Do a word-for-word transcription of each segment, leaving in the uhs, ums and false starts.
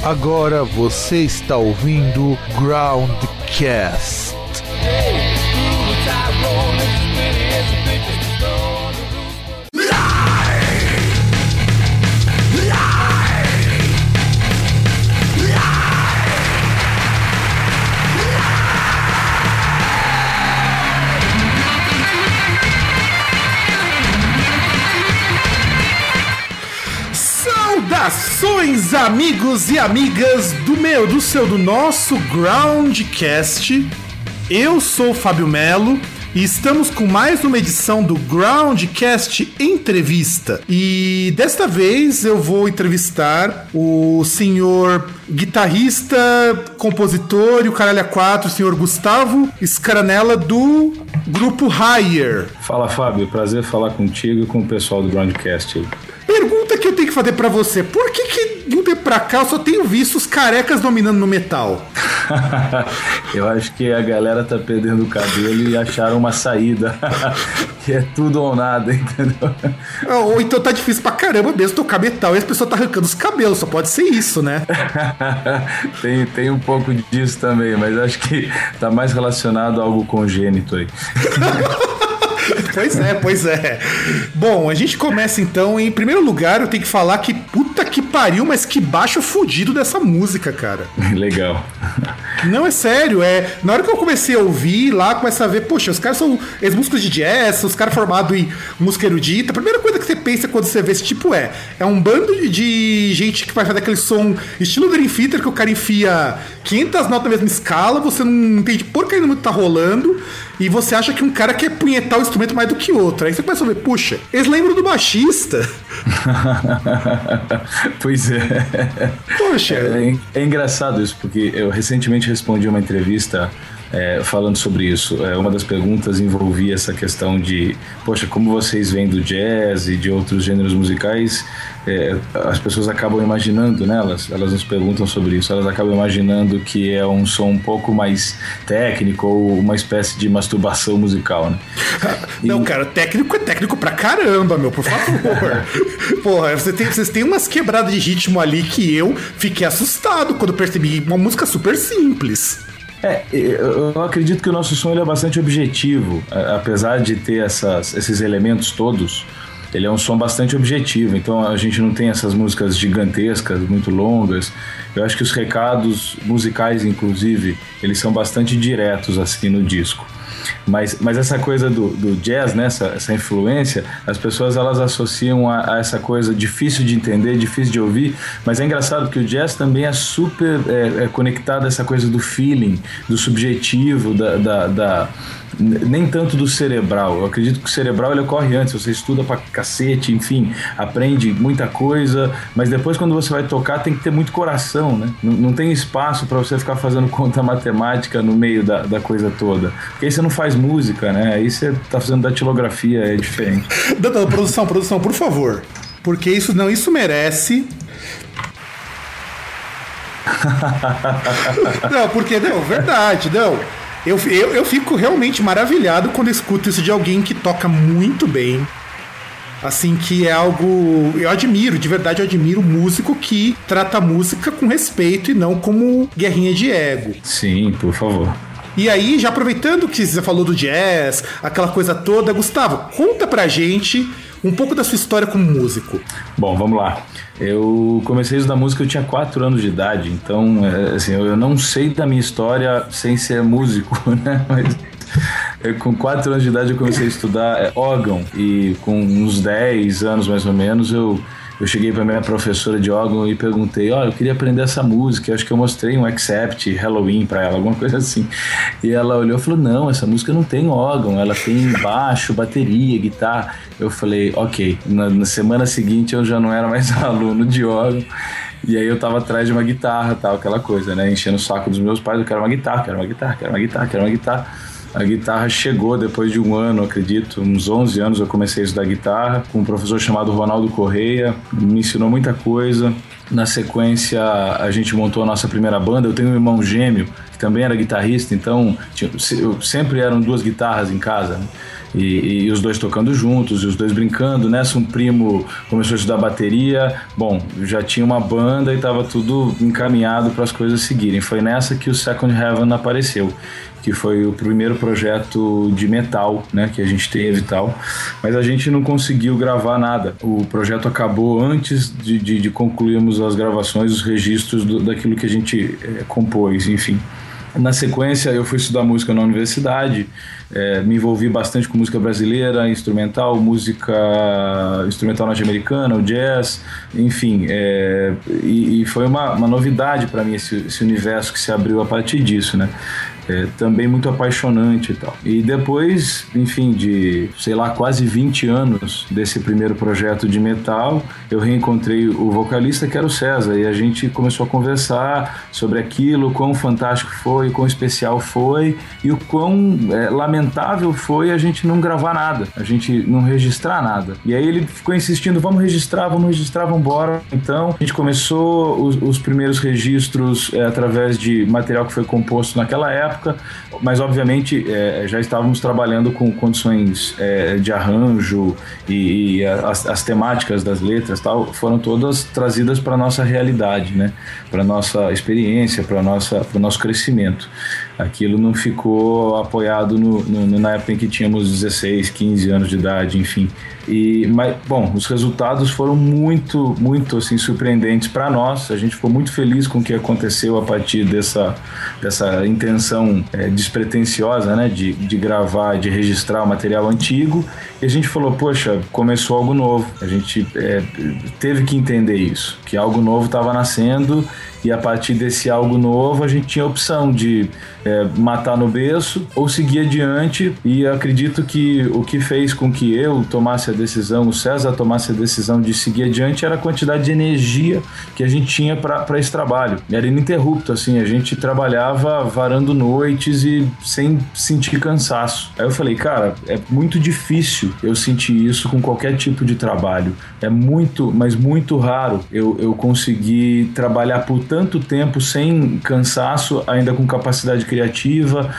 Agora você está ouvindo Groundcast. Saudações, amigos e amigas do meu, do seu, do nosso Groundcast. Eu sou o Fábio Melo e estamos com mais uma edição do Groundcast Entrevista. E desta vez eu vou entrevistar o senhor guitarrista, compositor e o caralho a quatro, o senhor Gustavo Scaranella, do grupo Higher. Fala, Fábio, prazer falar contigo e com o pessoal do Groundcast. Pergunta que eu tenho que fazer pra você: por que que de um tempo pra cá eu só tenho visto os carecas dominando no metal? Eu acho que a galera tá perdendo o cabelo e acharam uma saída. Que é tudo ou nada, entendeu? Ou então tá difícil pra caramba mesmo tocar metal e as pessoas tá arrancando os cabelos, só pode ser isso, né? tem, tem um pouco disso também, mas acho que tá mais relacionado a algo congênito aí. Pois é, pois é. Bom, a gente começa então. Em primeiro lugar, eu tenho que falar que puta que pariu, mas que baixo fudido dessa música, cara. Legal. Não, é sério, é. Na hora que eu comecei a ouvir lá, começa a ver, poxa, os caras são ex-músicos de jazz, os caras formados em música erudita. A primeira coisa que você pensa quando você vê esse tipo é é um bando de gente que vai fazer aquele som estilo Dream Theater, que o cara enfia quinhentas notas na mesma escala, você não entende porcaria do que tá rolando, e você acha que um cara quer punhetar o instrumento mais do que outro. Aí você começa a ver, puxa, eles lembram do baixista. Pois é. Poxa. É, é engraçado isso, porque eu recentemente respondi uma entrevista é, falando sobre isso. É, uma das perguntas envolvia essa questão de, poxa, como vocês vêm do jazz e de outros gêneros musicais, é, as pessoas acabam imaginando, né? Elas, elas nos perguntam sobre isso, elas acabam imaginando que é um som um pouco mais técnico ou uma espécie de masturbação musical, né? Não, e... cara, técnico é técnico pra caramba, meu, por favor. Porra, você tem, vocês têm umas quebradas de ritmo ali que eu fiquei assustado quando percebi uma música super simples. É, eu acredito que o nosso som ele é bastante objetivo, apesar de ter essas, esses elementos todos. Ele é um som bastante objetivo, então a gente não tem essas músicas gigantescas, muito longas. Eu acho que os recados musicais, inclusive, eles são bastante diretos assim no disco. Mas, mas essa coisa do, do jazz, né, essa, essa influência, as pessoas elas associam a, a essa coisa difícil de entender, difícil de ouvir, mas é engraçado porque o jazz também é super é, é conectado a essa coisa do feeling, do subjetivo, da, da, da nem tanto do cerebral. Eu acredito que o cerebral ele ocorre antes, você estuda pra cacete, enfim, aprende muita coisa, mas depois quando você vai tocar tem que ter muito coração, né? Não, não tem espaço pra você ficar fazendo conta matemática no meio da, da coisa toda, porque aí você não faz música, né? Aí você tá fazendo datilografia, é diferente. Não, não, produção, produção, por favor, porque isso não, isso merece... Não, porque, não, verdade, não... Eu, eu, eu fico realmente maravilhado quando escuto isso de alguém que toca muito bem. Assim, que é algo... Eu admiro, de verdade eu admiro músico que trata a música com respeito e não como guerrinha de ego. Sim, por favor. E aí, já aproveitando que você falou do jazz, aquela coisa toda, Gustavo, conta pra gente um pouco da sua história como músico. Bom, vamos lá. Eu comecei a estudar música, eu tinha quatro anos de idade, então, assim, eu não sei da minha história sem ser músico, né? Mas eu, com quatro anos de idade eu comecei a estudar órgão e com uns dez anos mais ou menos eu... Eu cheguei pra minha professora de órgão e perguntei, ó, oh, eu queria aprender essa música, eu acho que eu mostrei um Accept, Halloween pra ela, alguma coisa assim. E ela olhou e falou, não, essa música não tem órgão, ela tem baixo, bateria, guitarra. Eu falei, ok. Na, na semana seguinte eu já não era mais aluno de órgão. E aí eu tava atrás de uma guitarra, tal, aquela coisa, né, enchendo o saco dos meus pais, eu quero uma guitarra, quero uma guitarra, quero uma guitarra, quero uma guitarra. A guitarra chegou depois de um ano, acredito, uns onze anos eu comecei a estudar guitarra com um professor chamado Ronaldo Correia, me ensinou muita coisa. Na sequência, a gente montou a nossa primeira banda. Eu tenho um irmão gêmeo que que também era guitarrista, então tinha, sempre eram duas guitarras em casa, né? E, e os dois tocando juntos, e os dois brincando. Nessa um primo começou a estudar bateria, bom, já tinha uma banda e estava tudo encaminhado para as coisas seguirem. Foi nessa que o Second Heaven apareceu, que foi o primeiro projeto de metal, né, que a gente teve e tal, mas a gente não conseguiu gravar nada. O projeto acabou antes de, de, de concluirmos as gravações, os registros do, daquilo que a gente é, compôs, enfim. Na sequência, eu fui estudar música na universidade, é, me envolvi bastante com música brasileira, instrumental, música instrumental norte-americana, o jazz, enfim, é, e, e foi uma, uma novidade para mim esse, esse universo que se abriu a partir disso, né? É, também muito apaixonante e tal. E depois, enfim, de, sei lá, quase vinte anos desse primeiro projeto de metal, eu reencontrei o vocalista, que era o César, e a gente começou a conversar sobre aquilo, quão fantástico foi, quão especial foi, e o quão é, lamentável foi a gente não gravar nada, a gente não registrar nada. E aí ele ficou insistindo, vamos registrar, vamos registrar, vamos embora. Então, a gente começou os, os primeiros registros é, através de material que foi composto naquela época, mas obviamente é, já estávamos trabalhando com condições é, de arranjo e, e as, as temáticas das letras tal, foram todas trazidas para a nossa realidade, né? Para a nossa experiência, para o nosso crescimento. Aquilo não ficou apoiado no, no, na época em que tínhamos dezesseis, quinze anos de idade, enfim. E, mas, bom, os resultados foram muito, muito assim, surpreendentes para nós. A gente ficou muito feliz com o que aconteceu a partir dessa, dessa intenção é, despretensiosa, né, de, de gravar, de registrar o material antigo. E a gente falou, poxa, começou algo novo. A gente é, teve que entender isso, que algo novo estava nascendo. E a partir desse algo novo a gente tinha a opção de é, matar no berço ou seguir adiante, e acredito que o que fez com que eu tomasse a decisão, o César tomasse a decisão de seguir adiante, era a quantidade de energia que a gente tinha para esse trabalho. Era ininterrupto, assim, a gente trabalhava varando noites e sem sentir cansaço. Aí eu falei, cara, é muito difícil eu sentir isso com qualquer tipo de trabalho. É muito, mas muito raro eu, eu conseguir trabalhar por tanto tempo sem cansaço, ainda com capacidade criativa,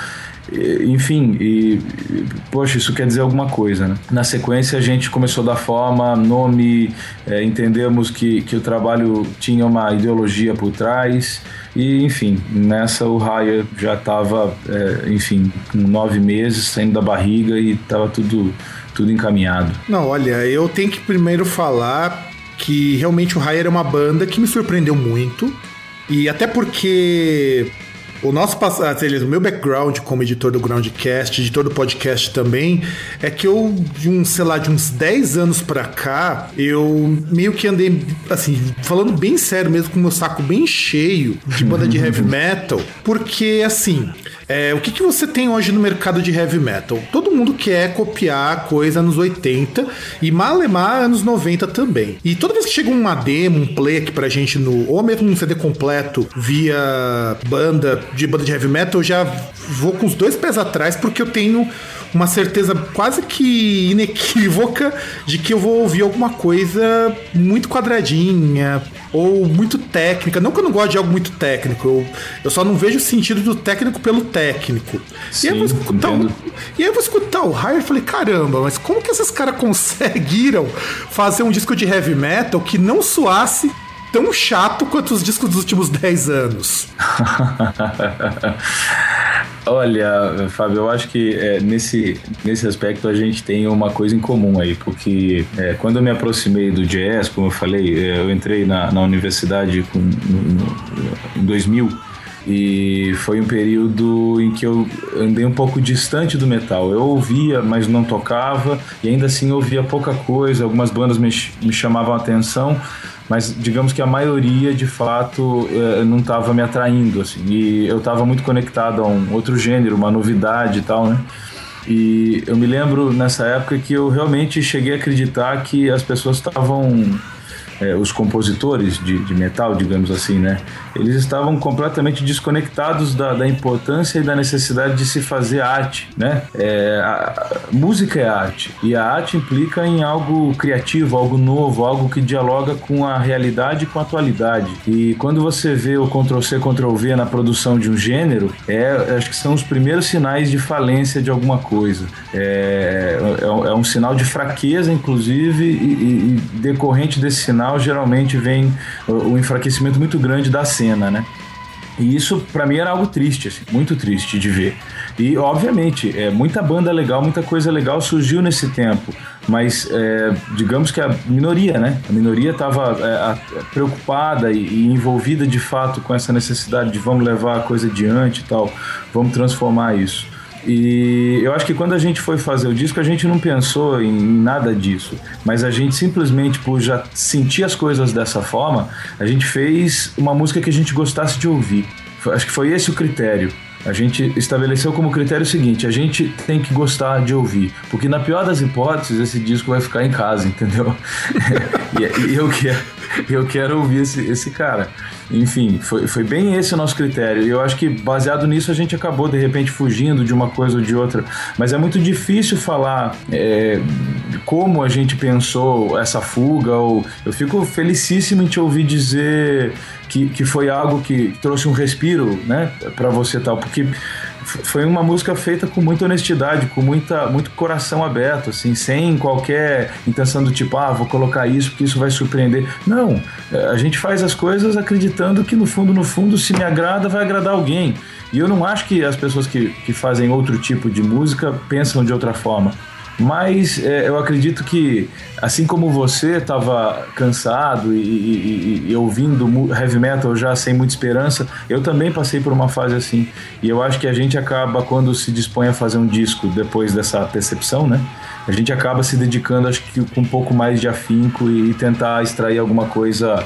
enfim, e, poxa, isso quer dizer alguma coisa, né? Na sequência a gente começou a dar forma, nome, é, entendemos que, que o trabalho tinha uma ideologia por trás, e enfim, nessa o Higher já estava, é, enfim, com nove meses, saindo da barriga, e estava tudo, tudo encaminhado. Não, olha, eu tenho que primeiro falar que realmente o Higher é uma banda que me surpreendeu muito. E até porque o nosso passado, o meu background como editor do Groundcast, editor do podcast também, é que eu, de uns, sei lá, de uns dez anos pra cá, eu meio que andei, assim, falando bem sério mesmo, com o meu saco bem cheio de banda de heavy metal, porque, assim, é, o que, que você tem hoje no mercado de heavy metal? Todo mundo quer copiar coisa anos oitenta e malemar anos noventa também. E toda vez que chega uma demo, um play aqui pra gente, no, ou mesmo um C D completo via banda, de banda de heavy metal, eu já vou com os dois pés atrás, porque eu tenho uma certeza quase que inequívoca de que eu vou ouvir alguma coisa muito quadradinha ou muito técnica. Não que eu não goste de algo muito técnico, eu, eu só não vejo o sentido do técnico pelo técnico. Sim, e, aí eu vou escutar o, e aí eu vou escutar o Higher e falei, caramba, mas como que esses caras conseguiram fazer um disco de heavy metal que não soasse tão chato quanto os discos dos últimos dez anos? Olha, Fábio, eu acho que é, nesse, nesse aspecto a gente tem uma coisa em comum aí, porque é, quando eu me aproximei do jazz, como eu falei, é, eu entrei na, na universidade com, no, no, em dois mil, e foi um período em que eu andei um pouco distante do metal. Eu ouvia, mas não tocava, e ainda assim eu ouvia pouca coisa. Algumas bandas me, me chamavam a atenção, mas digamos que a maioria, de fato, não estava me atraindo, assim, e eu estava muito conectado a um outro gênero, uma novidade e tal, né? E eu me lembro nessa época que eu realmente cheguei a acreditar que as pessoas estavam é, os compositores de, de metal, digamos assim, né? Eles estavam completamente desconectados da, da importância e da necessidade de se fazer arte, né? É, a, a música é arte, e a arte implica em algo criativo, algo novo, algo que dialoga com a realidade e com a atualidade. E quando você vê o control C, control V na produção de um gênero, é, acho que são os primeiros sinais de falência de alguma coisa. É, é, é um sinal de fraqueza, inclusive, e, e, e decorrente desse sinal, geralmente vem o, o enfraquecimento muito grande da cena, né? E isso, pra mim, era algo triste, assim, muito triste de ver. E, obviamente, é, muita banda legal, muita coisa legal surgiu nesse tempo, mas é, digamos que a minoria, né? A minoria estava é, preocupada e, e envolvida, de fato, com essa necessidade de vamos levar a coisa adiante e tal, vamos transformar isso. E eu acho que quando a gente foi fazer o disco, a gente não pensou em nada disso, mas a gente simplesmente, por já sentir as coisas dessa forma, a gente fez uma música que a gente gostasse de ouvir. Acho que foi esse o critério. A gente estabeleceu como critério o seguinte: a gente tem que gostar de ouvir, porque na pior das hipóteses esse disco vai ficar em casa, entendeu? E eu quero, eu quero ouvir esse, esse cara. Enfim, foi, foi bem esse o nosso critério. E eu acho que baseado nisso a gente acabou de repente fugindo de uma coisa ou de outra. Mas é muito difícil falar é, como a gente pensou essa fuga. Ou eu fico felicíssimo em te ouvir dizer que, que foi algo que trouxe um respiro, né, pra você tal, porque foi uma música feita com muita honestidade, com muita, muito coração aberto, assim, sem qualquer intenção do tipo, ah, vou colocar isso porque isso vai surpreender. Não, a gente faz as coisas acreditando que no fundo, no fundo, se me agrada, vai agradar alguém. E eu não acho que as pessoas que, que fazem outro tipo de música pensam de outra forma. Mas é, eu acredito que, assim como você estava cansado e, e, e, e ouvindo heavy metal já sem muita esperança, eu também passei por uma fase assim. E eu acho que a gente acaba, quando se dispõe a fazer um disco depois dessa percepção, né? A gente acaba se dedicando, acho que com um pouco mais de afinco e, e tentar extrair alguma coisa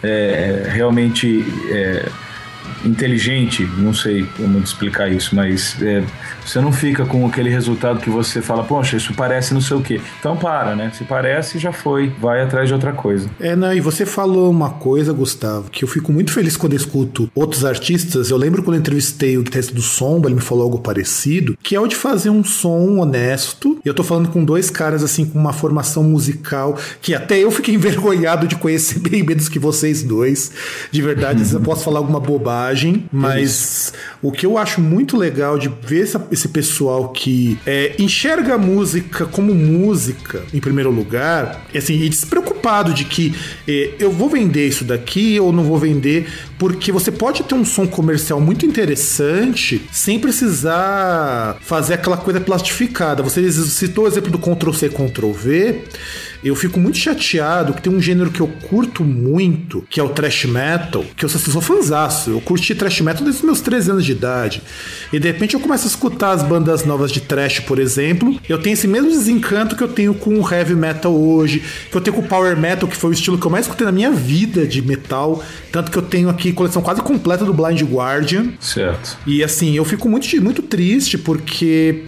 é, realmente é, inteligente, não sei como explicar isso, mas é, você não fica com aquele resultado que você fala, poxa, isso parece não sei o quê. Então para, né? Se parece, já foi. Vai atrás de outra coisa. É, não, e você falou uma coisa, Gustavo, que eu fico muito feliz quando eu escuto outros artistas. Eu lembro quando eu entrevistei o guitarrista do Sombra, ele me falou algo parecido, que é o de fazer um som honesto. Eu tô falando com dois caras, assim, com uma formação musical, que até eu fiquei envergonhado de conhecer bem menos que vocês dois. De verdade, eu posso falar alguma bobagem, mas o que eu acho muito legal de ver essa, esse pessoal que é, enxerga a música como música, em primeiro lugar, é assim, e despreocupado de que é, eu vou vender isso daqui ou não vou vender, porque você pode ter um som comercial muito interessante sem precisar fazer aquela coisa plastificada. Você citou o exemplo do control C, control V. Eu fico muito chateado que tem um gênero que eu curto muito, que é o thrash metal, que eu sou fãzaço. Eu curti thrash metal desde os meus treze anos de idade. E de repente eu começo a escutar as bandas novas de thrash, por exemplo. Eu tenho esse mesmo desencanto que eu tenho com o heavy metal hoje, que eu tenho com o power metal, que foi o estilo que eu mais escutei na minha vida de metal. Tanto que eu tenho aqui coleção quase completa do Blind Guardian. Certo. E assim, eu fico muito, muito triste porque...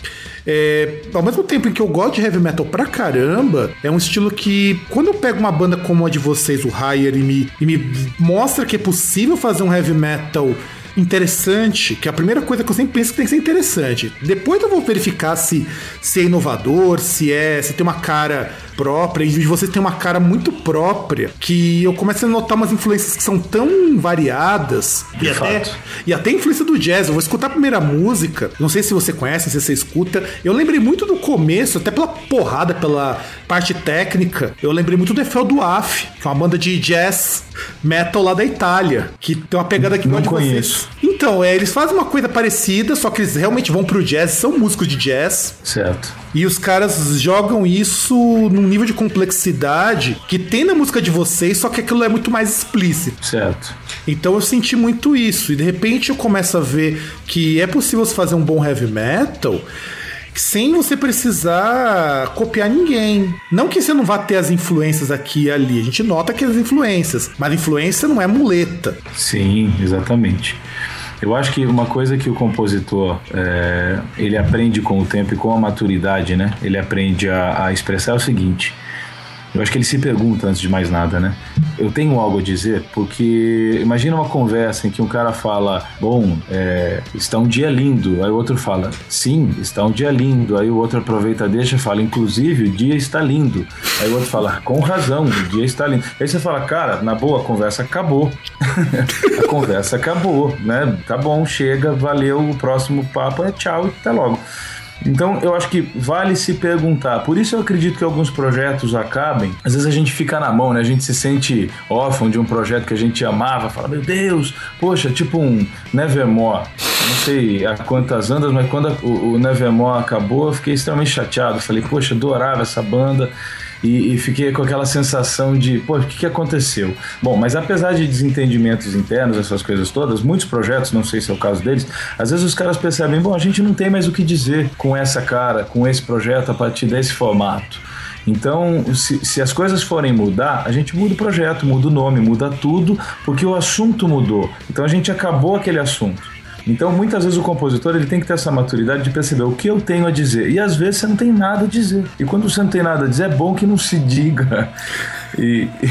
É, ao mesmo tempo em que eu gosto de heavy metal pra caramba, é um estilo que, quando eu pego uma banda como a de vocês, o Higher, e me, e me mostra que é possível fazer um heavy metal interessante, que é a primeira coisa que eu sempre penso que tem que ser interessante. Depois eu vou verificar se, se é inovador, se é, se tem uma cara própria, e você tem uma cara muito própria, que eu começo a notar umas influências que são tão variadas, e até, e até influência do jazz. Eu vou escutar a primeira música, não sei se você conhece, se você escuta, eu lembrei muito do começo, até pela porrada, pela parte técnica, eu lembrei muito do Eiffel do Af, que é uma banda de jazz metal lá da Itália, que tem uma pegada que não de conheço. Vocês. Então, é, eles fazem uma coisa parecida, só que eles realmente vão pro jazz, são músicos de jazz. Certo. E os caras jogam isso num nível de complexidade que tem na música de vocês, só que aquilo é muito mais explícito. Certo. Então eu senti muito isso. E de repente eu começo a ver que é possível se fazer um bom heavy metal sem você precisar copiar ninguém. Não que você não vá ter as influências aqui e ali. A gente nota que as influências, mas a influência não é muleta. Sim, exatamente. Eu acho que uma coisa que o compositor é, ele aprende com o tempo e com a maturidade, né? Ele aprende a, a expressar é o seguinte: eu acho que ele se pergunta antes de mais nada, né? Eu tenho algo a dizer, porque imagina uma conversa em que um cara fala, bom, é, está um dia lindo, aí o outro fala, sim, está um dia lindo, aí o outro aproveita, deixa e fala, inclusive o dia está lindo, aí o outro fala, com razão, o dia está lindo. Aí você fala, cara, na boa, a conversa acabou. A conversa acabou, né? Tá bom, chega, valeu, o próximo papo é tchau e até logo. Então eu acho que vale se perguntar. Por isso eu acredito que alguns projetos acabem. Às vezes a gente fica na mão, né? A gente se sente órfão de um projeto que a gente amava, fala, meu Deus, poxa, tipo um Nevermore. Não sei a quantas andas, mas quando o, o Nevermore acabou, eu fiquei extremamente chateado. Falei, poxa, adorava essa banda. E, e fiquei com aquela sensação de, pô, o que, que aconteceu? Bom, mas apesar de desentendimentos internos, essas coisas todas, muitos projetos, não sei se é o caso deles, às vezes os caras percebem, bom, a gente não tem mais o que dizer com essa cara, com esse projeto, a partir desse formato. Então, se, se as coisas forem mudar, a gente muda o projeto, muda o nome, muda tudo, porque o assunto mudou. Então a gente acabou aquele assunto. Então, muitas vezes o compositor ele tem que ter essa maturidade de perceber o que eu tenho a dizer. E às vezes você não tem nada a dizer. E quando você não tem nada a dizer, é bom que não se diga. E, e,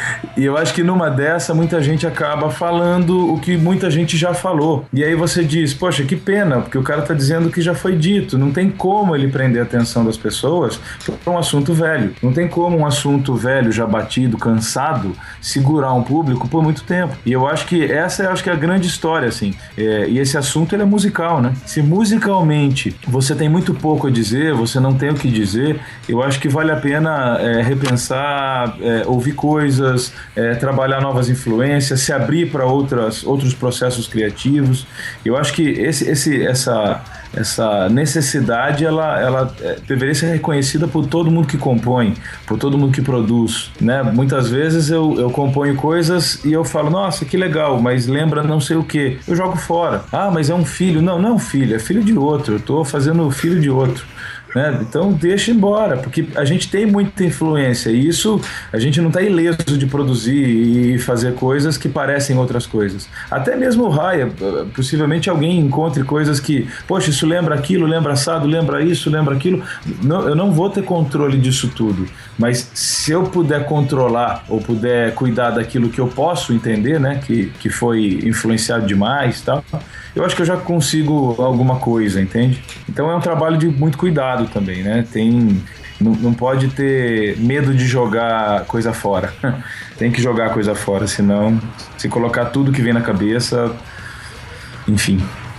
e eu acho que numa dessa, muita gente acaba falando o que muita gente já falou. E aí você diz, poxa, que pena, porque o cara tá dizendo o que já foi dito. Não tem como ele prender a atenção das pessoas para um assunto velho. Não tem como um assunto velho, já batido, cansado, segurar um público por muito tempo. E eu acho que essa eu acho que é a grande história, assim. É, e esse assunto ele é musical, né? Se musicalmente você tem muito pouco a dizer, você não tem o que dizer, eu acho que vale a pena é, repensar... É, É, ouvir coisas, é, trabalhar novas influências, se abrir para outras, outros processos criativos. Eu acho que esse, esse, essa, essa necessidade ela, ela é, deveria ser reconhecida por todo mundo que compõe, por todo mundo que produz, né? Muitas vezes eu, eu componho coisas e eu falo, nossa, que legal, mas lembra não sei o que, eu jogo fora. Ah, mas é um filho. Não, não é um filho, é filho de outro, eu estou fazendo filho de outro. Né? Então deixa embora, porque a gente tem muita influência e isso a gente não está ileso de produzir e fazer coisas que parecem outras coisas. Até mesmo o Raya, possivelmente alguém encontre coisas que, poxa, isso lembra aquilo, lembra assado, lembra isso, lembra aquilo. Não, eu não vou ter controle disso tudo, mas se eu puder controlar ou puder cuidar daquilo que eu posso entender, né, que, que foi influenciado demais e tal, eu acho que eu já consigo alguma coisa, entende? Então é um trabalho de muito cuidado também, né? Tem, não, não pode ter medo de jogar coisa fora. Tem que jogar coisa fora, senão se colocar tudo que vem na cabeça, enfim...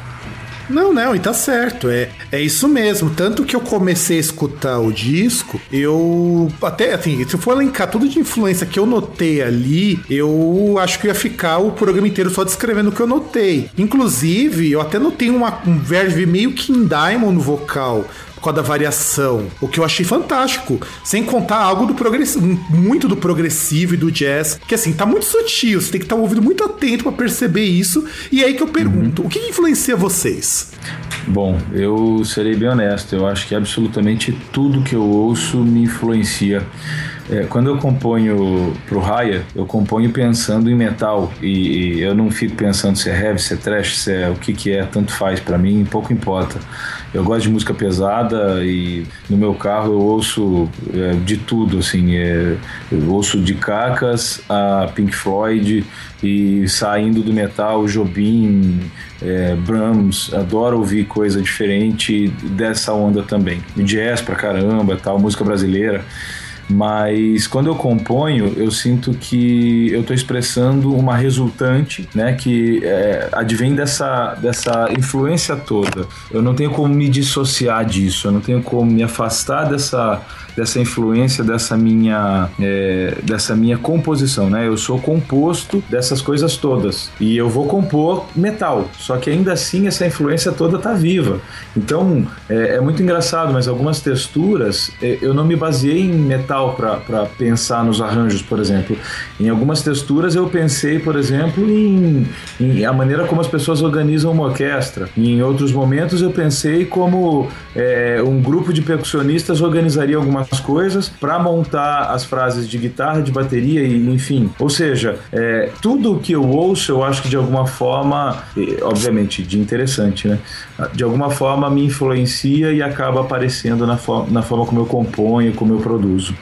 Não, não, e tá certo, é, é isso mesmo. Tanto que eu comecei a escutar o disco, eu até, assim, se eu for elencar tudo de influência que eu notei ali, eu acho que ia ficar o programa inteiro só descrevendo o que eu notei. Inclusive, eu até notei uma, um verve meio King Diamond no vocal, por causa da variação, o que eu achei fantástico, sem contar algo do progressivo, muito do progressivo e do jazz, que assim, tá muito sutil, você tem que estar ouvindo muito atento para perceber isso, e é aí que eu pergunto, uhum. O que influencia vocês? Bom, eu serei bem honesto, eu acho que absolutamente tudo que eu ouço me influencia. É, quando eu componho pro Raya, eu componho pensando em metal e, e eu não fico pensando se é heavy, se é thrash, se é o que que é, tanto faz pra mim, pouco importa. Eu gosto de música pesada e no meu carro eu ouço é, de tudo, assim, é, eu ouço de Cacas a Pink Floyd e saindo do metal, Jobim, é, Brahms, adoro ouvir coisa diferente dessa onda também. Jazz pra caramba, tal, música brasileira. Mas quando eu componho, eu sinto que eu estou expressando uma resultante, né, que é, advém dessa, dessa influência toda. Eu não tenho como me dissociar disso, eu não tenho como me afastar dessa, dessa influência, dessa minha, é, dessa minha composição, né? Eu sou composto dessas coisas todas e eu vou compor metal, só que ainda assim essa influência toda está viva. Então é, é muito engraçado, mas algumas texturas é, eu não me baseei em metal para pensar nos arranjos, por exemplo. Em algumas texturas eu pensei, por exemplo, em, em a maneira como as pessoas organizam uma orquestra. E em outros momentos eu pensei como é, um grupo de percussionistas organizaria algumas coisas para montar as frases de guitarra, de bateria e enfim. Ou seja, é, tudo o que eu ouço eu acho que de alguma forma, obviamente de interessante, né? De alguma forma me influencia e acaba aparecendo na, for- na forma como eu componho, como eu produzo.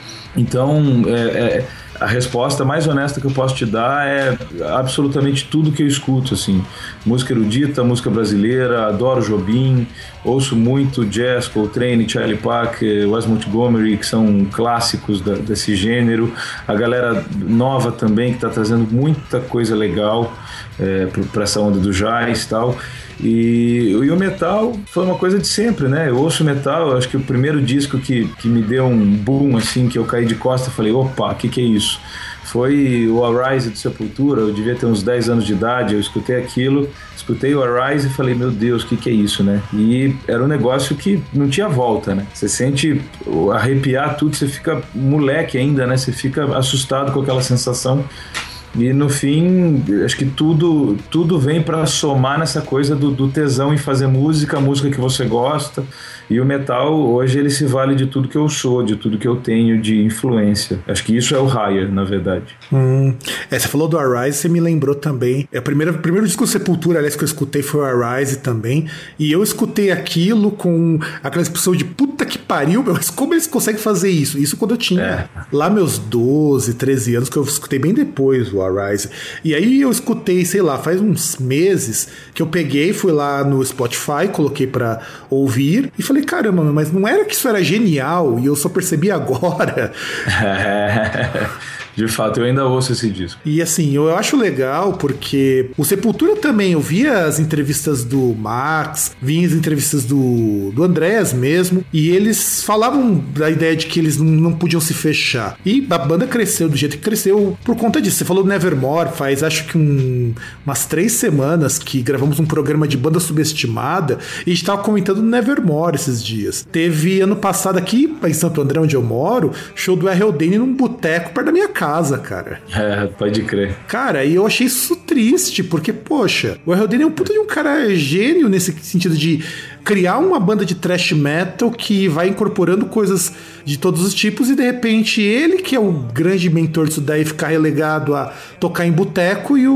Então, é, é, a resposta mais honesta que eu posso te dar é absolutamente tudo que eu escuto, assim. Música erudita, música brasileira, adoro Jobim, ouço muito jazz, Coltrane, Charlie Parker, Wes Montgomery, que são clássicos da, desse gênero. A galera nova também, que está trazendo muita coisa legal é, para essa onda do jazz e tal. E, e o metal foi uma coisa de sempre, né? Eu ouço metal, eu acho que o primeiro disco que, que me deu um boom, assim, que eu caí de costa e falei, opa, o que que é isso? Foi o Arise do Sepultura, eu devia ter uns dez anos de idade, eu escutei aquilo, escutei o Arise e falei, meu Deus, o que que é isso, né? E era um negócio que não tinha volta, né? Você sente arrepiar tudo, você fica moleque ainda, né? Você fica assustado com aquela sensação. E no fim, acho que tudo, tudo vem para somar nessa coisa do, do tesão em fazer música, a música que você gosta. E o metal, hoje, ele se vale de tudo que eu sou, de tudo que eu tenho de influência. Acho que isso é o Higher, na verdade. Hum, é, você falou do Arise, você me lembrou também. É, o primeiro, primeiro disco Sepultura, aliás, que eu escutei foi o Arise também. E eu escutei aquilo com aquela expressão de puta que pariu, mas como eles conseguem fazer isso? Isso quando eu tinha é. lá meus doze, treze anos, que eu escutei bem depois o Arise. E aí eu escutei, sei lá, faz uns meses que eu peguei, fui lá no Spotify, coloquei pra ouvir e falei, caramba, mas não era que isso era genial e eu só percebi agora. De fato, eu ainda ouço esse disco. E assim, eu acho legal porque o Sepultura também, eu via as entrevistas do Max, via as entrevistas do, do Andrés mesmo, e eles falavam da ideia de que eles não, não podiam se fechar. E a banda cresceu do jeito que cresceu por conta disso. Você falou do Nevermore, faz acho que um, umas três semanas que gravamos um programa de banda subestimada e a gente tava comentando do Nevermore esses dias. Teve ano passado aqui, em Santo André, onde eu moro, show do R L Dane num boteco perto da minha casa. casa, cara. É, pode crer. Cara, e eu achei isso triste, porque, poxa, o R L Dane é um puta de um cara gênio nesse sentido de criar uma banda de thrash metal que vai incorporando coisas de todos os tipos e, de repente, ele, que é o grande mentor disso daí, ficar relegado a tocar em boteco e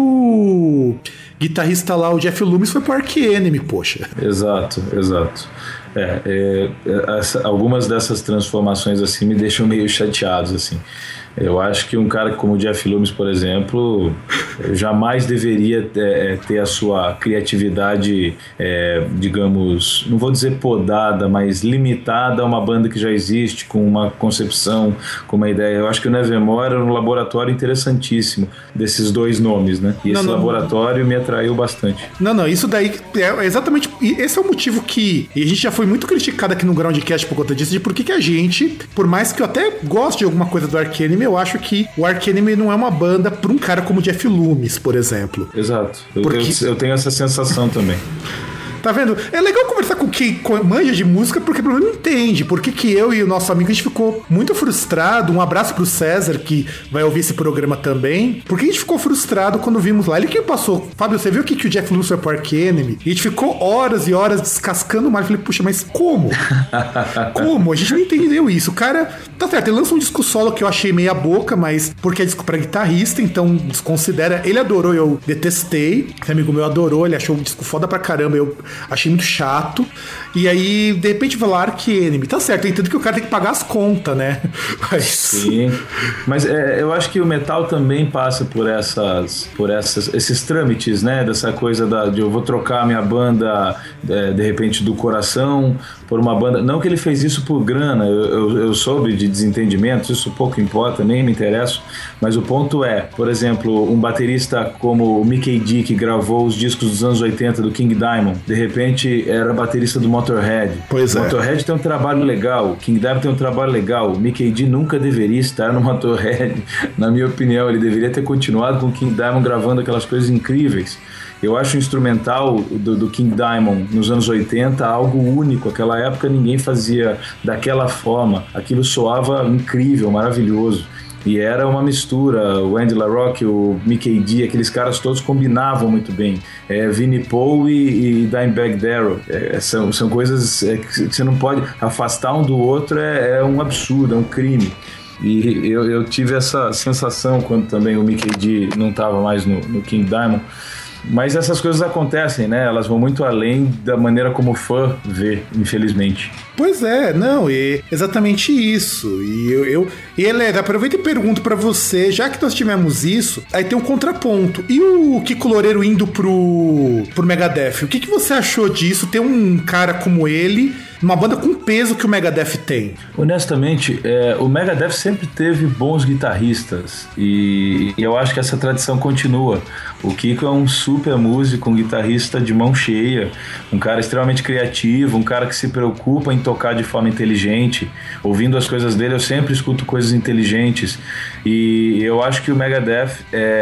o guitarrista lá, o Jeff Loomis, foi pro Arch Enemy, poxa. Exato, exato. É, é, é, essa, algumas dessas transformações, assim, me deixam meio chateados, assim. Eu acho que um cara como o Jeff Loomis, por exemplo, jamais deveria é, ter a sua criatividade, é, digamos, não vou dizer podada, mas limitada a uma banda que já existe, com uma concepção, com uma ideia. Eu acho que o Nevermore era um laboratório interessantíssimo desses dois nomes, né? E não, esse não, laboratório não. me atraiu bastante. Não, não, isso daí é exatamente... Esse é o motivo que... E a gente já foi muito criticado aqui no Groundcast por conta disso, de por que que a gente, por mais que eu até goste de alguma coisa do Arch Enemy, eu acho que o Arch Enemy não é uma banda para um cara como Jeff Loomis, por exemplo. Exato. Eu, Porque... eu, eu tenho essa sensação também. Tá vendo? É legal conversar com quem manja de música, porque pelo menos entende. Porque que eu e o nosso amigo, a gente ficou muito frustrado. Um abraço pro César, que vai ouvir esse programa também. Porque a gente ficou frustrado quando vimos lá. Ele que passou. Fábio, você viu o que, que o Jeff Loomis foi pro Arch Enemy? E a gente ficou horas e horas descascando o mar. Eu falei, puxa, mas como? Como? A gente não entendeu isso. O cara, tá certo, ele lança um disco solo que eu achei meia boca, mas porque é disco pra guitarrista, então desconsidera. Ele adorou, eu detestei. Esse amigo meu adorou, ele achou o disco foda pra caramba. Eu achei muito chato. E aí, de repente, falar Arch Enemy. Tá certo, eu entendo que o cara tem que pagar as contas, né? Mas... Sim. Mas é, eu acho que o metal também passa por essas, por essas, esses trâmites, né? Dessa coisa da, de eu vou trocar a minha banda, é, de repente, do coração por uma banda. Não que ele fez isso por grana, eu, eu, eu soube de desentendimentos, isso pouco importa, nem me interesso. Mas o ponto é, por exemplo, um baterista como o Mikkey Dee, que gravou os discos dos anos oitenta do King Diamond, de repente era baterista do Motorhead. Pois é. Motorhead tem um trabalho legal, o King Diamond tem um trabalho legal, o Mikkey Dee nunca deveria estar no Motorhead, na minha opinião. Ele deveria ter continuado com o King Diamond gravando aquelas coisas incríveis. Eu acho o instrumental do, do King Diamond nos anos oitenta algo único. Aquela época ninguém fazia daquela forma. Aquilo soava incrível, maravilhoso. E era uma mistura. O Andy LaRocque, o Mikkey Dee, aqueles caras todos combinavam muito bem. É, Vinnie Paul e, e Dimebag Darrell. É, são, são coisas é, que você não pode... Afastar um do outro é, é um absurdo, é um crime. E eu, eu tive essa sensação quando também o Mikkey Dee não estava mais no, no King Diamond. Mas essas coisas acontecem, né? Elas vão muito além da maneira como o fã vê, infelizmente. Pois é, não, é exatamente isso. E eu, eu e Helena, aproveito e pergunto pra você, já que nós tivemos isso, aí tem um contraponto. E o Kiko Loureiro indo pro, pro Megadeth, o que, que você achou disso? Ter um cara como ele, uma banda com peso que o Megadeth tem? Honestamente, é, o Megadeth sempre teve bons guitarristas e, e eu acho que essa tradição continua. O Kiko é um super músico, um guitarrista de mão cheia, um cara extremamente criativo, um cara que se preocupa em tocar de forma inteligente. Ouvindo as coisas dele, eu sempre escuto coisas inteligentes e eu acho que o Megadeth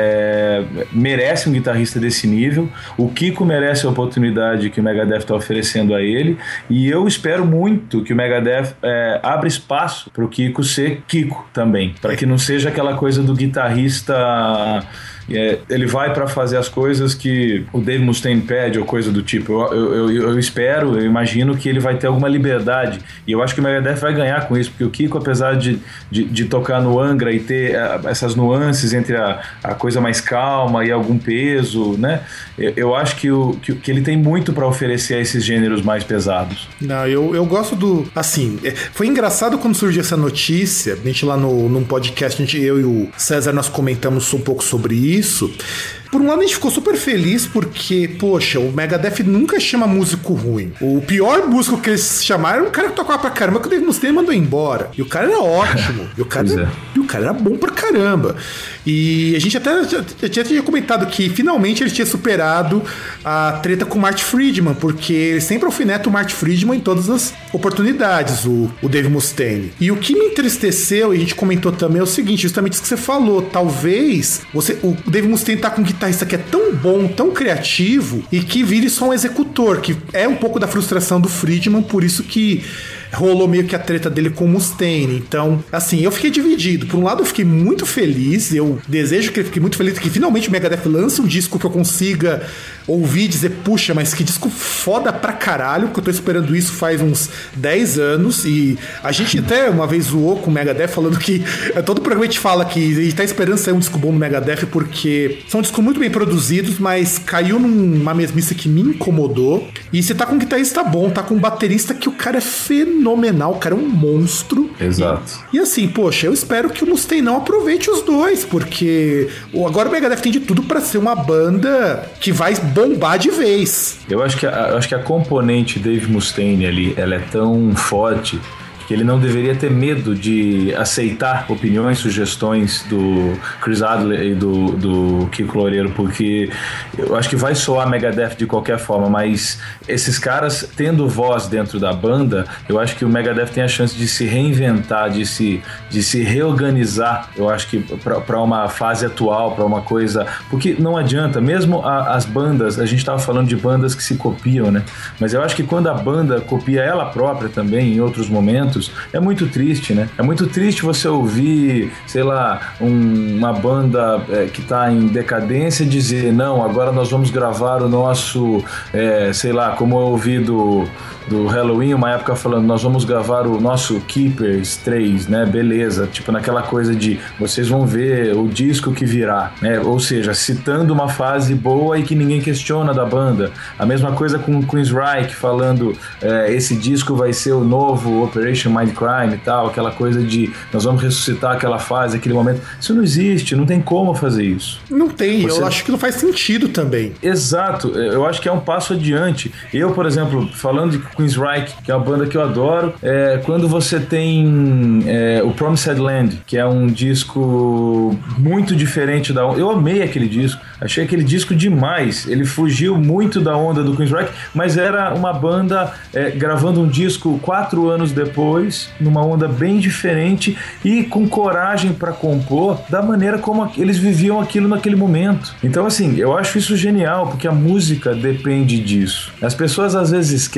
é, merece um guitarrista desse nível. O Kiko merece a oportunidade que o Megadeth está oferecendo a ele e eu espero muito que o Megadeth é, abra espaço para o Kiko ser Kiko também, para que não seja aquela coisa do guitarrista... É, ele vai para fazer as coisas que o Dave Mustaine pede ou coisa do tipo. Eu, eu, eu, eu espero, eu imagino que ele vai ter alguma liberdade e eu acho que o Megadeth vai ganhar com isso, porque o Kiko, apesar de, de, de tocar no Angra e ter uh, essas nuances entre a, a coisa mais calma e algum peso, né? Eu, eu acho que, o, que, que ele tem muito para oferecer a esses gêneros mais pesados. Não, eu, eu gosto do... Assim, foi engraçado quando surgiu essa notícia. A gente lá no, num podcast, a gente, eu e o César, nós comentamos um pouco sobre isso. Isso. Por um lado, a gente ficou super feliz porque, poxa, o Megadeth nunca chama músico ruim. O pior músico que eles chamaram era um cara que tocava pra caramba, que o Dave Mustaine mandou embora. E o cara era ótimo. E o cara, era, e o cara era bom pra caramba. E a gente até já, já tinha comentado que finalmente ele tinha superado a treta com o Marty Friedman, porque ele sempre alfineta o Marty Friedman em todas as oportunidades, o, o Dave Mustaine. E o que me entristeceu, e a gente comentou também, é o seguinte, justamente isso que você falou. Talvez você, o Dave Mustaine tá com um guitarrista que é tão bom, tão criativo, e que vire só um executor, que é um pouco da frustração do Friedman, por isso que rolou meio que a treta dele com o Mustaine. Então, assim, eu fiquei dividido. Por um lado, eu fiquei muito feliz, eu desejo que ele fique muito feliz que finalmente o Megadeth lance um disco que eu consiga ouvir e dizer, puxa, mas que disco foda pra caralho, porque eu tô esperando isso faz uns dez anos, e a gente até uma vez zoou com o Megadeth falando que todo programa a gente fala que a gente tá esperando sair um disco bom no Megadeth, porque são discos muito bem produzidos, mas caiu numa mesmice que me incomodou. E você tá com um guitarrista bom, tá com um baterista que o cara é fenomenal, o cara é um monstro. Exato. E, e assim, poxa, eu espero que o Mustaine não aproveite os dois, porque agora o Megadeth tem de tudo pra ser uma banda que vai bombar de vez. Eu acho que a, eu acho que a componente Dave Mustaine ali, ela é tão forte que ele não deveria ter medo de aceitar opiniões, sugestões do Chris Adler e do, do Kiko Loureiro, porque eu acho que vai soar Megadeth de qualquer forma, mas esses caras tendo voz dentro da banda, eu acho que o Megadeth tem a chance de se reinventar, de se, de se reorganizar, eu acho que para uma fase atual, para uma coisa, porque não adianta, mesmo a, as bandas, a gente estava falando de bandas que se copiam, né? Mas eu acho que quando a banda copia ela própria também, em outros momentos, é muito triste, né? É muito triste você ouvir, sei lá, um, uma banda é, que tá em decadência dizer, não, agora nós vamos gravar o nosso, é, sei lá, como eu ouvi do, do Halloween, uma época falando, nós vamos gravar o nosso Keepers três, né? Beleza, tipo naquela coisa de vocês vão ver o disco que virá, né? Ou seja, citando uma fase boa e que ninguém questiona da banda. A mesma coisa com o Queensryche falando, é, esse disco vai ser o novo Operation Mindcrime e tal, aquela coisa de nós vamos ressuscitar aquela fase, aquele momento. Isso não existe, não tem como fazer isso. Não tem, Você... eu acho que não faz sentido também. Exato, eu acho que é um passo adiante. Eu, por exemplo, falando de Queensryche, que é uma banda que eu adoro, é, quando você tem é, o Promised Land, que é um disco muito diferente da onda. Eu amei aquele disco, achei aquele disco demais. Ele fugiu muito da onda do Queensryche, mas era uma banda é, gravando um disco quatro anos depois, numa onda bem diferente e com coragem para compor da maneira como eles viviam aquilo naquele momento. Então, assim, eu acho isso genial, porque a música depende disso. As pessoas às vezes esquecem de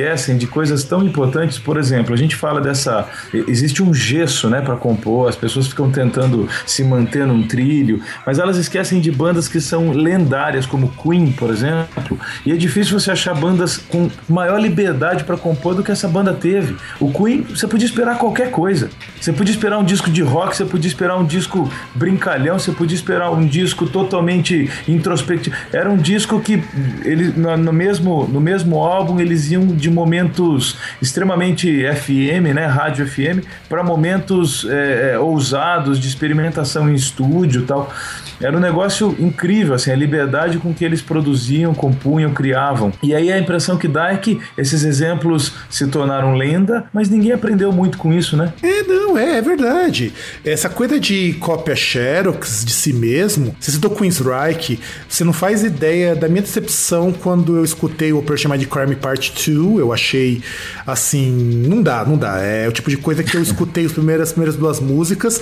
de coisas tão importantes. Por exemplo, a gente fala dessa... Existe um gesso, né, para compor, as pessoas ficam tentando se manter num trilho, mas elas esquecem de bandas que são lendárias, como Queen, por exemplo, e é difícil você achar bandas com maior liberdade para compor do que essa banda teve. O Queen, você podia esperar qualquer coisa. Você podia esperar um disco de rock, você podia esperar um disco brincalhão, você podia esperar um disco totalmente introspectivo. Era um disco que ele, no, no, mesmo, no mesmo álbum eles iam de momentos extremamente F M, né, rádio F M, para momentos é, é, ousados de experimentação em estúdio e tal. Era um negócio incrível, assim, a liberdade com que eles produziam, compunham, criavam. E aí a impressão que dá é que esses exemplos se tornaram lenda, mas ninguém aprendeu muito com isso, né? É, não, é, é verdade. Essa coisa de cópia xerox de si mesmo, você citou Queensryche, você não faz ideia da minha decepção quando eu escutei o Operation Mindcrime Part dois, eu achei, assim, não dá, não dá. É o tipo de coisa que eu escutei as primeiras, as primeiras duas músicas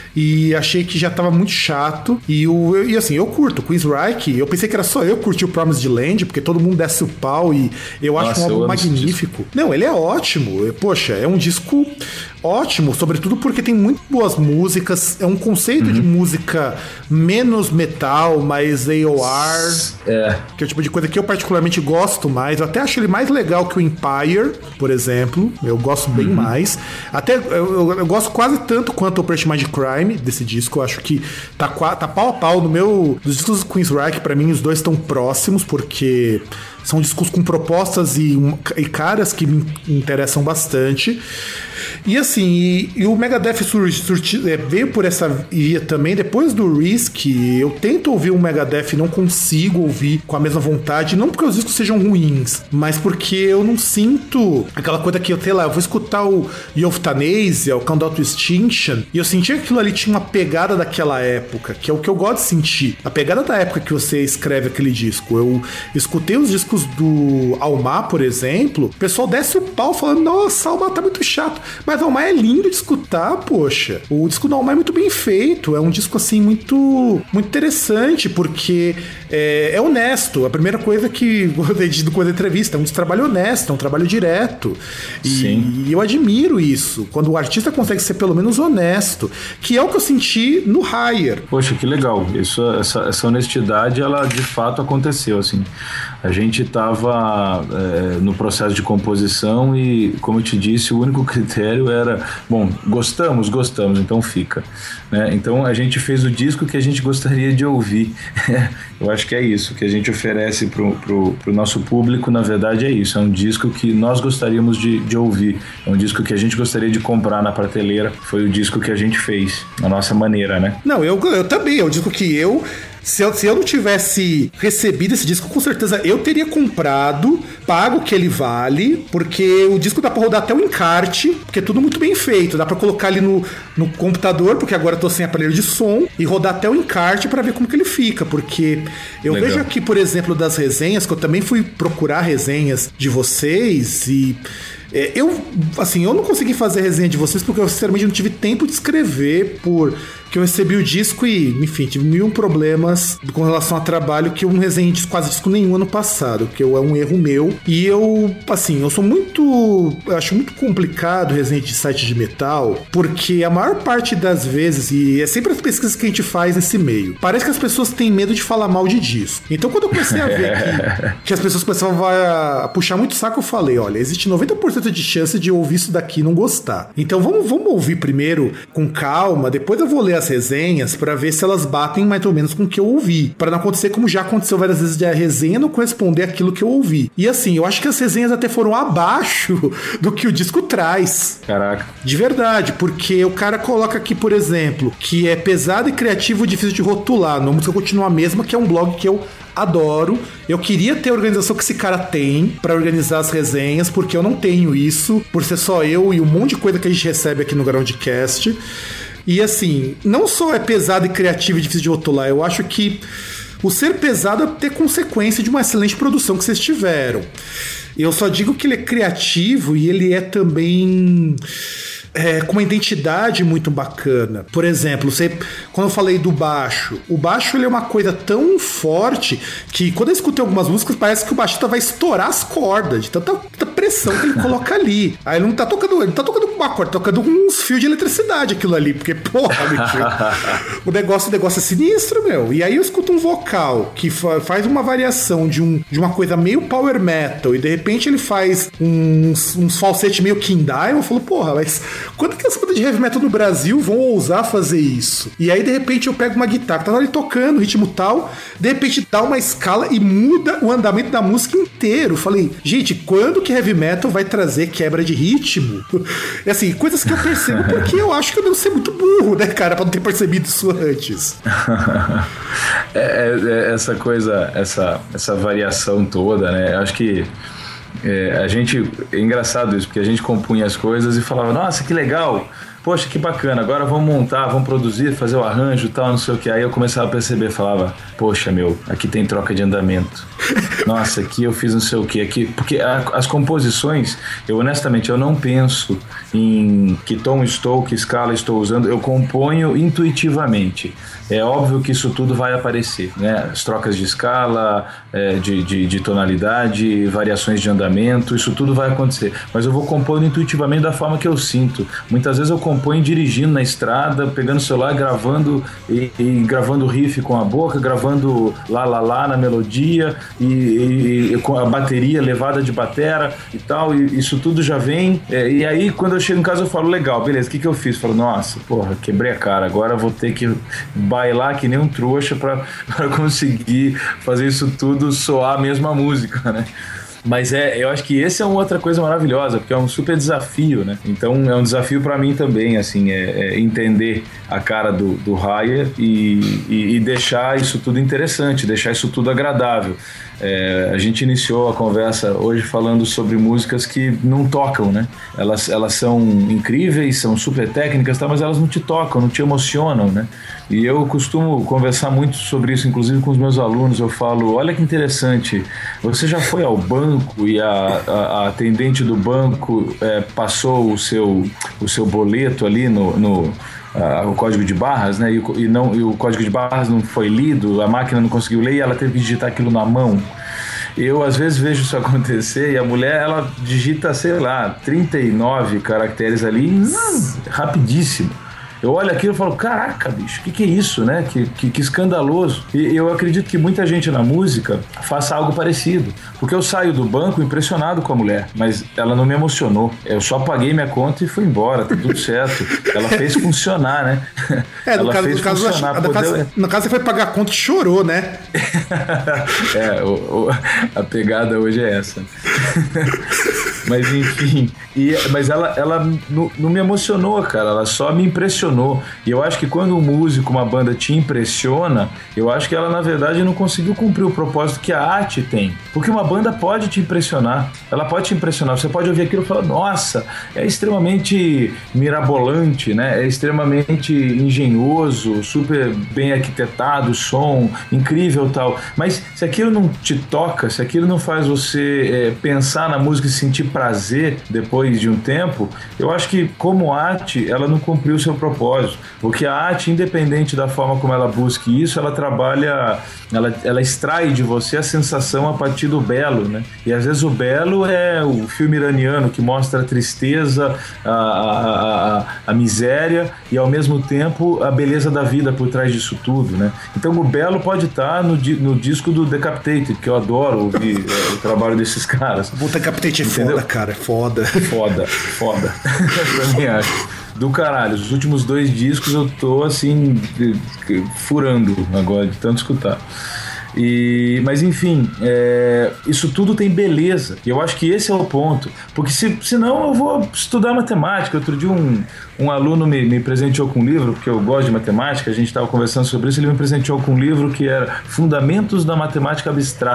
e achei que já tava muito chato. E, o, e assim, eu curto Queensryche, eu pensei que era só eu curtir o Promised Land, porque todo mundo desce o pau e eu Nossa, acho um álbum magnífico. Não, ele é ótimo. Poxa, é um disco ótimo, sobretudo porque tem muito boas músicas, é um conceito uhum. de música menos metal, mais A O R, é. que é o tipo de coisa que eu particularmente gosto mais. Eu até acho ele mais legal que o Empire, por exemplo. Eu gosto bem uhum. mais. Até eu, eu, eu gosto quase tanto quanto o Operation Mindcrime desse disco. Eu acho que tá, tá pau a pau no meu... Dos discos do Queensryche, pra mim, os dois estão próximos, porque são discos com propostas e, e caras que me interessam bastante. E assim, e, e o Megadeth sur, sur, é, veio por essa via também. Depois do Risk, eu tento ouvir o Megadeth e não consigo ouvir com a mesma vontade, não porque os discos sejam ruins, mas porque eu não sinto aquela coisa que eu, sei lá, eu vou escutar o Euthanasia, o Countdown to Extinction, e eu senti que aquilo ali tinha uma pegada daquela época, que é o que eu gosto de sentir, a pegada da época que você escreve aquele disco. Eu escutei os discos do Almar, por exemplo, o pessoal desce o pau falando, nossa, Almar tá muito chato. Mas o Almar é lindo de escutar, poxa. O disco do Almar é muito bem feito. É um disco, assim, muito, muito interessante, porque é, é honesto. A primeira coisa que eu disse do da entrevista, é um trabalho honesto, é um trabalho direto. E, Sim. e eu admiro isso, quando o artista consegue ser pelo menos honesto, que é o que eu senti no Higher. Poxa, que legal. Isso, essa, essa honestidade, ela de fato aconteceu, assim. A gente estava é, no processo de composição e, como eu te disse, o único critério era, bom, gostamos, gostamos, então fica. Né? Então a gente fez o disco que a gente gostaria de ouvir. Eu acho que é isso, que a gente oferece pro, pro, pro nosso público, na verdade é isso, é um disco que nós gostaríamos de, de ouvir, é um disco que a gente gostaria de comprar na prateleira, foi o disco que a gente fez, a nossa maneira, né? Não, eu, eu também, é um disco que eu... Se eu, se eu não tivesse recebido esse disco, com certeza eu teria comprado, pago o que ele vale, porque o disco dá pra rodar até o encarte, porque é tudo muito bem feito. Dá pra colocar ali no, no computador, porque agora eu tô sem aparelho de som, e rodar até o encarte pra ver como que ele fica, porque eu Legal. vejo aqui, por exemplo, das resenhas, que eu também fui procurar resenhas de vocês, e... É, eu, assim, eu não consegui fazer resenha de vocês porque eu, sinceramente, não tive tempo de escrever, porque eu recebi o disco e, enfim, tive mil problemas com relação a trabalho que eu não resenhei de quase disco nenhum ano passado, que eu, é um erro meu. E eu, assim, eu sou muito... Eu acho muito complicado resenha de site de metal, porque a maior parte das vezes, e é sempre as pesquisas que a gente faz nesse meio, parece que as pessoas têm medo de falar mal de disco. Então, quando eu comecei a ver que, que as pessoas começavam a, a puxar muito saco, eu falei, olha, existe noventa por cento de chance de ouvir isso daqui e não gostar. Então vamos, vamos ouvir primeiro com calma, depois eu vou ler as resenhas pra ver se elas batem mais ou menos com o que eu ouvi, pra não acontecer como já aconteceu várias vezes de a resenha não corresponder àquilo que eu ouvi. E assim, eu acho que as resenhas até foram abaixo do que o disco traz. Caraca. De verdade, porque o cara coloca aqui, por exemplo, que é pesado e criativo, difícil de rotular. A música continua a mesma, que é um blog que eu adoro. Eu queria ter a organização que esse cara tem pra organizar as resenhas, porque eu não tenho isso, por ser só eu e um monte de coisa que a gente recebe aqui no Groundcast. E assim, não só é pesado e criativo e difícil de rotular, eu acho que o ser pesado é ter consequência de uma excelente produção que vocês tiveram. Eu só digo que ele é criativo e ele é também... é, com uma identidade muito bacana. Por exemplo, você, quando eu falei do baixo, o baixo ele é uma coisa tão forte que quando eu escutei algumas músicas parece que o baixista vai estourar as cordas de tanta, tanta pressão que ele coloca ali. Aí ele não tá tocando, ele não tá tocando com uma corda, tá tocando com uns fios de eletricidade aquilo ali, porque, porra, meu, o negócio, o negócio é sinistro, meu. E aí eu escuto um vocal que fa- faz uma variação de, um, de uma coisa meio power metal e de repente ele faz uns, uns falsetes meio King Diamond. Eu falo, porra, mas quando que as bandas de heavy metal no Brasil vão ousar fazer isso? E aí de repente eu pego uma guitarra, tá ali tocando, ritmo tal, de repente dá uma escala e muda o andamento da música inteiro. Eu falei, gente, quando que heavy metal vai trazer quebra de ritmo? E assim, coisas que eu percebo porque eu acho que eu devo ser muito burro, né, cara, pra não ter percebido isso antes. é, é, essa coisa, essa, essa variação toda, né? Eu acho que é, a gente, é engraçado isso, porque a gente compunha as coisas e falava, nossa, que legal, poxa, que bacana, agora vamos montar, vamos produzir, fazer o arranjo e tal, não sei o que. Aí eu começava a perceber, falava, poxa, meu, aqui tem troca de andamento. Nossa, aqui eu fiz não sei o que, aqui. Porque a, as composições, eu honestamente, eu não penso em que tom estou, que escala estou usando, eu componho intuitivamente. É óbvio que isso tudo vai aparecer, né? As trocas de escala, é, de, de, de tonalidade, variações de andamento, isso tudo vai acontecer. Mas eu vou compondo intuitivamente da forma que eu sinto. Muitas vezes eu componho dirigindo na estrada, pegando o celular, gravando e, e gravando riff com a boca, gravando lá, lá, lá na melodia e, e, e com a bateria levada de batera e tal, e isso tudo já vem. É, e aí, quando eu chego em casa, eu falo, legal, beleza, o que, que eu fiz? Eu falo, nossa, porra, quebrei a cara, agora eu vou ter que bailar que nem um trouxa pra, pra conseguir fazer isso tudo soar a mesma música, né? Mas é, eu acho que esse é uma outra coisa maravilhosa, porque é um super desafio, né? Então é um desafio para mim também, assim, é, é entender a cara do, do Raya e, e, e deixar isso tudo interessante, deixar isso tudo agradável. É, a gente iniciou a conversa hoje falando sobre músicas que não tocam, né? Elas, elas são incríveis, são super técnicas, tá? Mas elas não te tocam, não te emocionam, né? E eu costumo conversar muito sobre isso, inclusive com os meus alunos. Eu falo, olha que interessante, você já foi ao banco e a, a, a atendente do banco é, passou o seu, o seu boleto ali no... no Uh, o código de barras, né? E, e, não, e o código de barras não foi lido, a máquina não conseguiu ler e ela teve que digitar aquilo na mão. Eu, às vezes, vejo isso acontecer e a mulher, ela digita, sei lá, trinta e nove caracteres ali, zzz, rapidíssimo. Eu olho aquilo e falo, caraca, bicho, o que, que é isso, né? Que, que, que escandaloso. E eu acredito que muita gente na música faça algo parecido. Porque eu saio do banco impressionado com a mulher, mas ela não me emocionou. Eu só paguei minha conta e fui embora, tá tudo certo. Ela fez funcionar, né? É, no ela caso, fez no caso, funcionar. no, caso, no caso, você foi pagar a conta e chorou, né? É, o, o, a pegada hoje é essa. Mas enfim, e, mas ela, ela não, não me emocionou, cara, ela só me impressionou. E eu acho que quando um músico, uma banda te impressiona, eu acho que ela na verdade não conseguiu cumprir o propósito que a arte tem. Porque uma banda pode te impressionar, ela pode te impressionar, você pode ouvir aquilo e falar, nossa, é extremamente mirabolante, né? É extremamente engenhoso, super bem arquitetado, som, incrível tal. Mas se aquilo não te toca, se aquilo não faz você é, pensar na música e sentir prazer depois de um tempo, eu acho que como arte ela não cumpriu o seu propósito, porque a arte, independente da forma como ela busque isso, ela trabalha, ela, ela extrai de você a sensação a partir do belo, né? E às vezes o belo é o filme iraniano que mostra a tristeza, a, a, a, a miséria e ao mesmo tempo a beleza da vida por trás disso tudo, né? Então o belo pode estar no, no disco do Decapitated, que eu adoro ouvir é, o trabalho desses caras. O Decapitated é foda, cara, é foda. Foda, foda. Eu também acho. Do caralho, os últimos dois discos eu tô assim, furando agora de tanto escutar. E, mas enfim, é, isso tudo tem beleza. E eu acho que esse é o ponto. Porque se, senão eu vou estudar matemática. Outro dia um, um aluno me, me presenteou com um livro, porque eu gosto de matemática, a gente estava conversando sobre isso, ele me presenteou com um livro que era Fundamentos da Matemática Abstrata.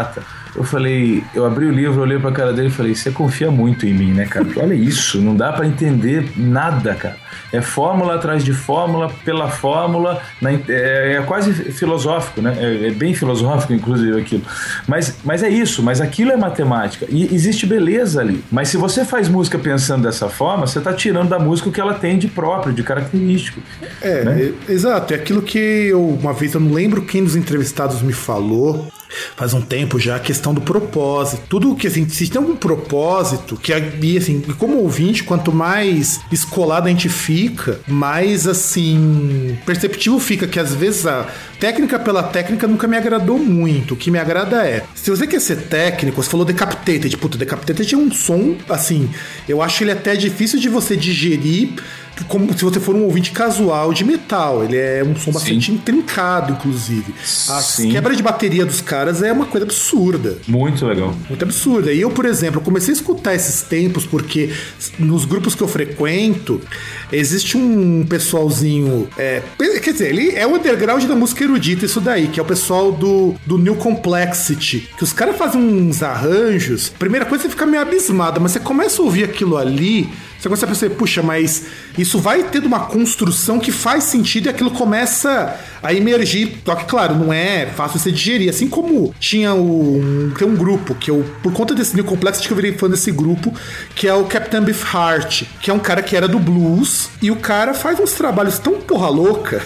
eu falei, eu abri o livro, olhei pra cara dele e falei, você confia muito em mim, né, cara? Porque olha isso, não dá pra entender nada, cara. É fórmula atrás de fórmula, pela fórmula, na, é, é quase filosófico, né? É, é bem filosófico, inclusive, aquilo. Mas, mas é isso, mas aquilo é matemática. E existe beleza ali. Mas se você faz música pensando dessa forma, você tá tirando da música o que ela tem de próprio, de característico. É, né? é exato. É aquilo que eu, uma vez, eu não lembro quem dos entrevistados me falou, faz um tempo já, a questão do propósito. Tudo que, assim, se tem algum propósito, que, e, assim, como ouvinte, quanto mais escolado a gente fica, mais, assim, perceptível fica que, às vezes, a técnica pela técnica nunca me agradou muito. O que me agrada é, se você quer ser técnico, você falou Decapitated, puta, Decapitated é um som, assim, eu acho ele até difícil de você digerir, como se você for um ouvinte casual de metal. Ele é um som bastante Sim. intrincado, inclusive. A quebra de bateria dos caras é uma coisa absurda. Muito legal. Muito absurda. E eu, por exemplo, comecei a escutar esses tempos porque nos grupos que eu frequento existe um pessoalzinho... É, quer dizer, ele é o underground da música erudita, isso daí, que é o pessoal do, do New Complexity, que os caras fazem uns arranjos. Primeira coisa, você fica meio abismado, mas você começa a ouvir aquilo ali... Você começa a perceber, puxa, mas isso vai tendo uma construção que faz sentido e aquilo começa a emergir. Só que, claro, não é fácil você digerir. Assim como tinha um, tem um grupo que eu, por conta desse New Complexity, que eu virei fã desse grupo, que é o Captain Beefheart, que é um cara que era do blues, e o cara faz uns trabalhos tão porra louca.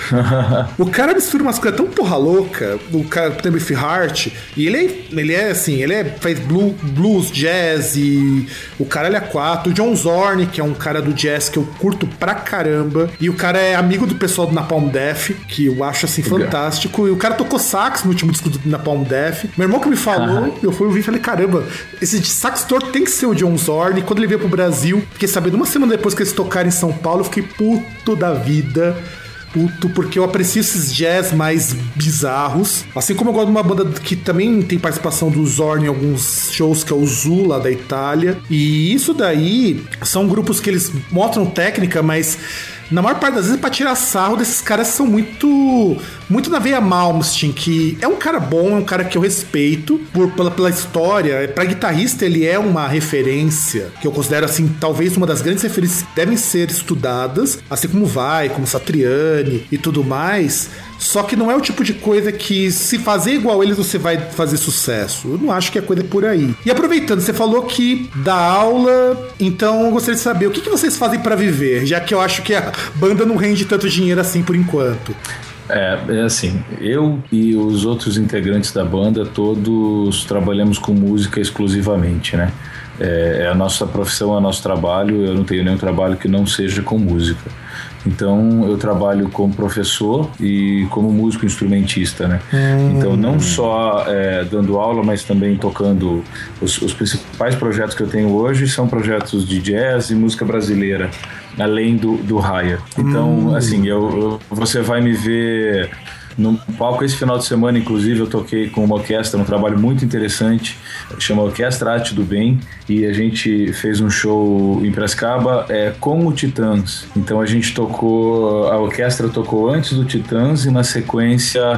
O cara mistura umas coisas tão porra louca, o Captain Beefheart, e ele é, ele é assim, ele é, faz blues, blues, jazz, e o cara ele é quatro. O John Zorn, que é um cara do jazz que eu curto pra caramba, e o cara é amigo do pessoal do Napalm Death, que eu acho assim fantástico, e o cara tocou sax no último disco do Napalm Death. Meu irmão que me falou, eu fui ouvir e falei, caramba, esse saxtor tem que ser o John Zorn. E quando ele veio pro Brasil, fiquei sabendo uma semana depois que eles tocaram em São Paulo, eu fiquei puto da vida. Puto, porque eu aprecio esses jazz mais bizarros. Assim como eu gosto de uma banda que também tem participação do Zorn em alguns shows, que é o Zoo, lá da Itália. E isso daí são grupos que eles mostram técnica, mas na maior parte das vezes, pra tirar sarro desses caras, são muito muito na veia Malmsteen, que é um cara bom, é um cara que eu respeito por, pela, pela história. Pra guitarrista, ele é uma referência que eu considero, assim, talvez uma das grandes referências que devem ser estudadas, assim como Vai, como Satriani e tudo mais. Só que não é o tipo de coisa que, se fazer igual eles, você vai fazer sucesso. Eu não acho que é coisa por aí. E aproveitando, você falou que dá aula, então eu gostaria de saber o que, que vocês fazem pra viver, já que eu acho que a banda não rende tanto dinheiro assim por enquanto. É, é assim, eu e os outros integrantes da banda, todos trabalhamos com música exclusivamente, né? É, é a nossa profissão, é o nosso trabalho. Eu não tenho nenhum trabalho que não seja com música. Então eu trabalho como professor e como músico instrumentista, né? Hum. Então não só é, dando aula, mas também tocando. Os, os principais projetos que eu tenho hoje são projetos de jazz e música brasileira, além do, do Raya. Então, hum. assim, eu, eu, você vai me ver no palco esse final de semana. Inclusive eu toquei com uma orquestra, um trabalho muito interessante, chama Orquestra Arte do Bem, e a gente fez um show em Piracicaba é, com o Titãs. Então a gente tocou, a orquestra tocou antes do Titãs e na sequência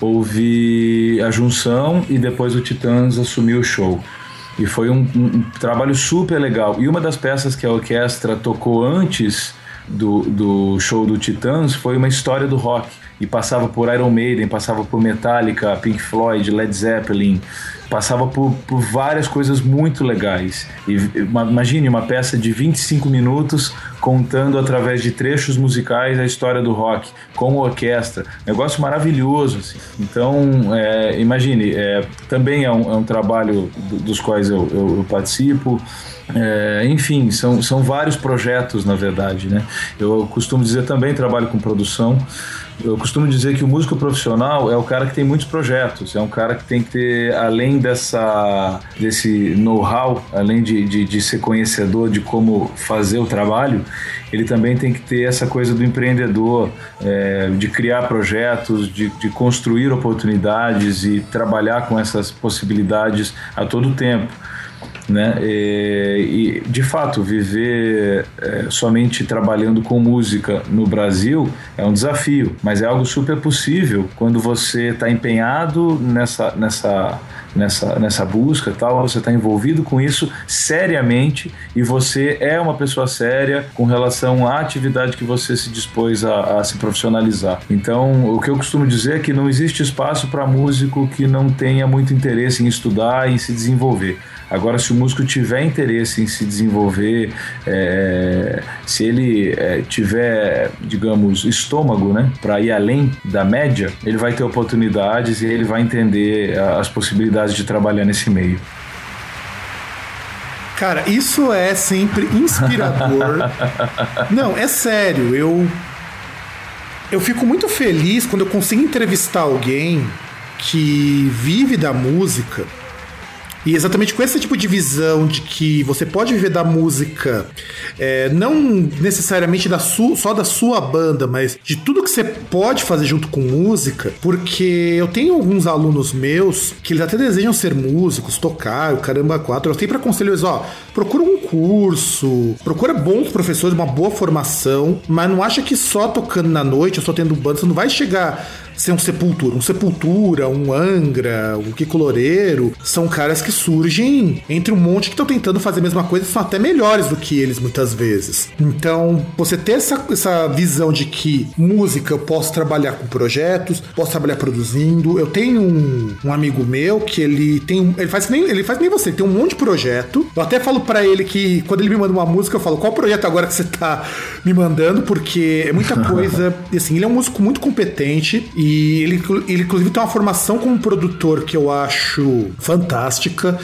houve a junção e depois o Titãs assumiu o show. E foi um, um, um trabalho super legal. E uma das peças que a orquestra tocou antes do, do show do Titãs foi uma história do rock. E passava por Iron Maiden, passava por Metallica, Pink Floyd, Led Zeppelin, passava por, por várias coisas muito legais. E imagine uma peça de vinte e cinco minutos contando através de trechos musicais a história do rock, com orquestra. Negócio maravilhoso, assim. Então, é, imagine, é, também é um, é um trabalho do, dos quais eu, eu, eu participo. É, enfim, são, são vários projetos, na verdade, né? Eu costumo dizer também, trabalho com produção. Eu costumo dizer que o músico profissional é o cara que tem muitos projetos, é um cara que tem que ter, além dessa, desse know-how, além de, de, de ser conhecedor de como fazer o trabalho, ele também tem que ter essa coisa do empreendedor, é, de criar projetos, de, de construir oportunidades e trabalhar com essas possibilidades a todo tempo. Né? E, e de fato viver é, somente trabalhando com música no Brasil é um desafio, mas é algo super possível quando você está empenhado nessa, nessa, nessa, nessa busca, tal, você está envolvido com isso seriamente e você é uma pessoa séria com relação à atividade que você se dispôs a, a se profissionalizar. Então, o que eu costumo dizer é que não existe espaço para músico que não tenha muito interesse em estudar e em se desenvolver. Agora, se o músico tiver interesse em se desenvolver, é, se ele é, tiver, digamos, estômago, né, para ir além da média, ele vai ter oportunidades e ele vai entender as possibilidades de trabalhar nesse meio. Cara, isso é sempre inspirador. Não, é sério, eu, eu fico muito feliz quando eu consigo entrevistar alguém que vive da música. E exatamente com esse tipo de visão de que você pode viver da música, é, não necessariamente da su, só da sua banda, mas de tudo que você pode fazer junto com música, porque eu tenho alguns alunos meus que eles até desejam ser músicos, tocar, o caramba quatro. Eu sempre aconselho eles, ó, procura um curso, procura bons professores, uma boa formação, mas não acha que só tocando na noite ou só tendo banda, você não vai chegar ser um Sepultura. Um Sepultura, um Angra, um Kiko Loureiro, são caras que surgem entre um monte que estão tentando fazer a mesma coisa e são até melhores do que eles muitas vezes. Então, você ter essa, essa visão de que música eu posso trabalhar com projetos, posso trabalhar produzindo. Eu tenho um, um amigo meu que ele tem ele faz nem ele faz nem você, ele tem um monte de projeto. Eu até falo pra ele que quando ele me manda uma música, eu falo, qual projeto agora que você tá me mandando? Porque é muita coisa. E assim, ele é um músico muito competente e E ele, ele, inclusive, tem uma formação como produtor que eu acho fantástica.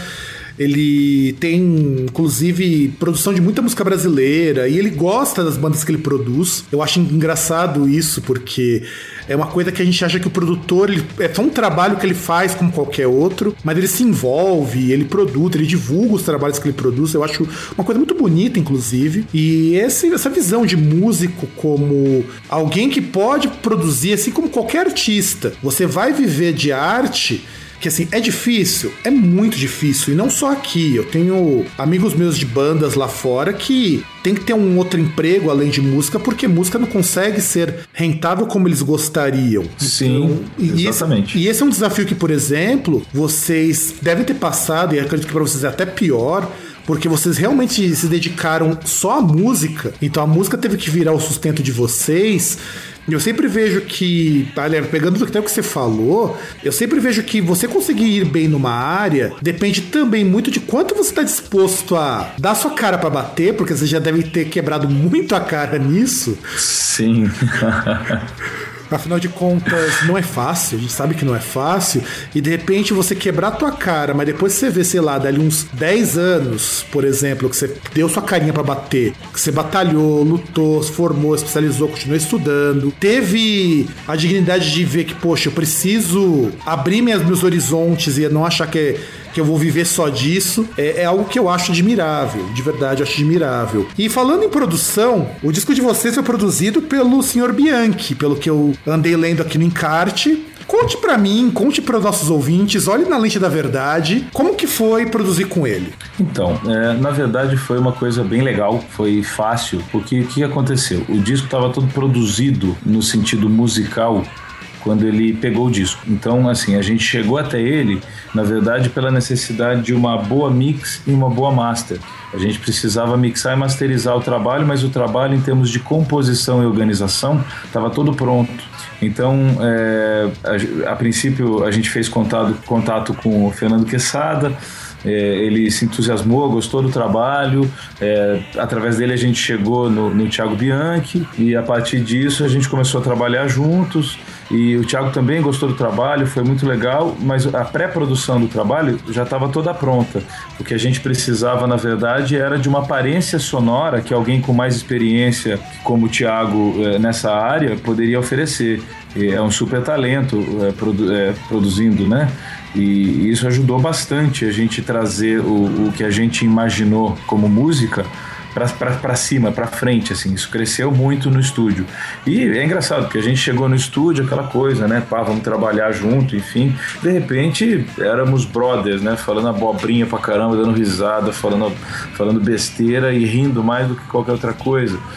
Ele tem, inclusive, produção de muita música brasileira e ele gosta das bandas que ele produz. Eu acho engraçado isso, porque é uma coisa que a gente acha que o produtor ele, é só um trabalho que ele faz como qualquer outro, mas ele se envolve, ele produz, ele divulga os trabalhos que ele produz. Eu acho uma coisa muito bonita, inclusive. E esse, essa visão de músico como alguém que pode produzir, assim como qualquer artista. Você vai viver de arte, que assim, é difícil, é muito difícil, e não só aqui. Eu tenho amigos meus de bandas lá fora que tem que ter um outro emprego além de música, porque música não consegue ser rentável como eles gostariam. Sim, então, exatamente. E esse, e esse é um desafio que, por exemplo, vocês devem ter passado, e acredito que para vocês é até pior, porque vocês realmente se dedicaram só à música, então a música teve que virar o sustento de vocês. Eu sempre vejo que, olha, pegando até o que você falou, eu sempre vejo que você conseguir ir bem numa área depende também muito de quanto você está disposto a dar sua cara para bater, porque você já deve ter quebrado muito a cara nisso. Sim. Afinal de contas, não é fácil, a gente sabe que não é fácil, e de repente você quebrar a tua cara, mas depois você vê, sei lá, dali uns dez anos, por exemplo, que você deu sua carinha pra bater, que você batalhou, lutou, se formou, especializou, continuou estudando, teve a dignidade de ver que, poxa, eu preciso abrir meus, meus horizontes e não achar que é que eu vou viver só disso, é, é algo que eu acho admirável, de verdade, eu acho admirável. E falando em produção, o disco de vocês foi produzido pelo senhor Bianchi, pelo que eu andei lendo aqui no encarte. Conte pra mim, conte para os nossos ouvintes, olhe na lente da verdade, como que foi produzir com ele? Então, é, na verdade foi uma coisa bem legal, foi fácil, porque o que aconteceu? O disco estava todo produzido no sentido musical quando ele pegou o disco. Então, assim, a gente chegou até ele, na verdade, pela necessidade de uma boa mix e uma boa master. A gente precisava mixar e masterizar o trabalho, mas o trabalho, em termos de composição e organização, estava todo pronto. Então, é, a, a princípio, a gente fez contato, contato com o Fernando Quesada. É, ele se entusiasmou, gostou do trabalho, é, através dele a gente chegou no, no Thiago Bianchi e a partir disso a gente começou a trabalhar juntos e o Thiago também gostou do trabalho, foi muito legal, mas a pré-produção do trabalho já estava toda pronta. O que a gente precisava, na verdade, era de uma aparência sonora que alguém com mais experiência, como o Thiago, é, nessa área, poderia oferecer. É um super talento é, produ- é, produzindo, né? E isso ajudou bastante a gente trazer o, o que a gente imaginou como música para cima, para frente, assim. Isso cresceu muito no estúdio. E é engraçado, porque a gente chegou no estúdio, aquela coisa, né? Pá, vamos trabalhar junto, enfim. De repente, éramos brothers, né? Falando abobrinha pra caramba, dando risada, falando, falando besteira e rindo mais do que qualquer outra coisa.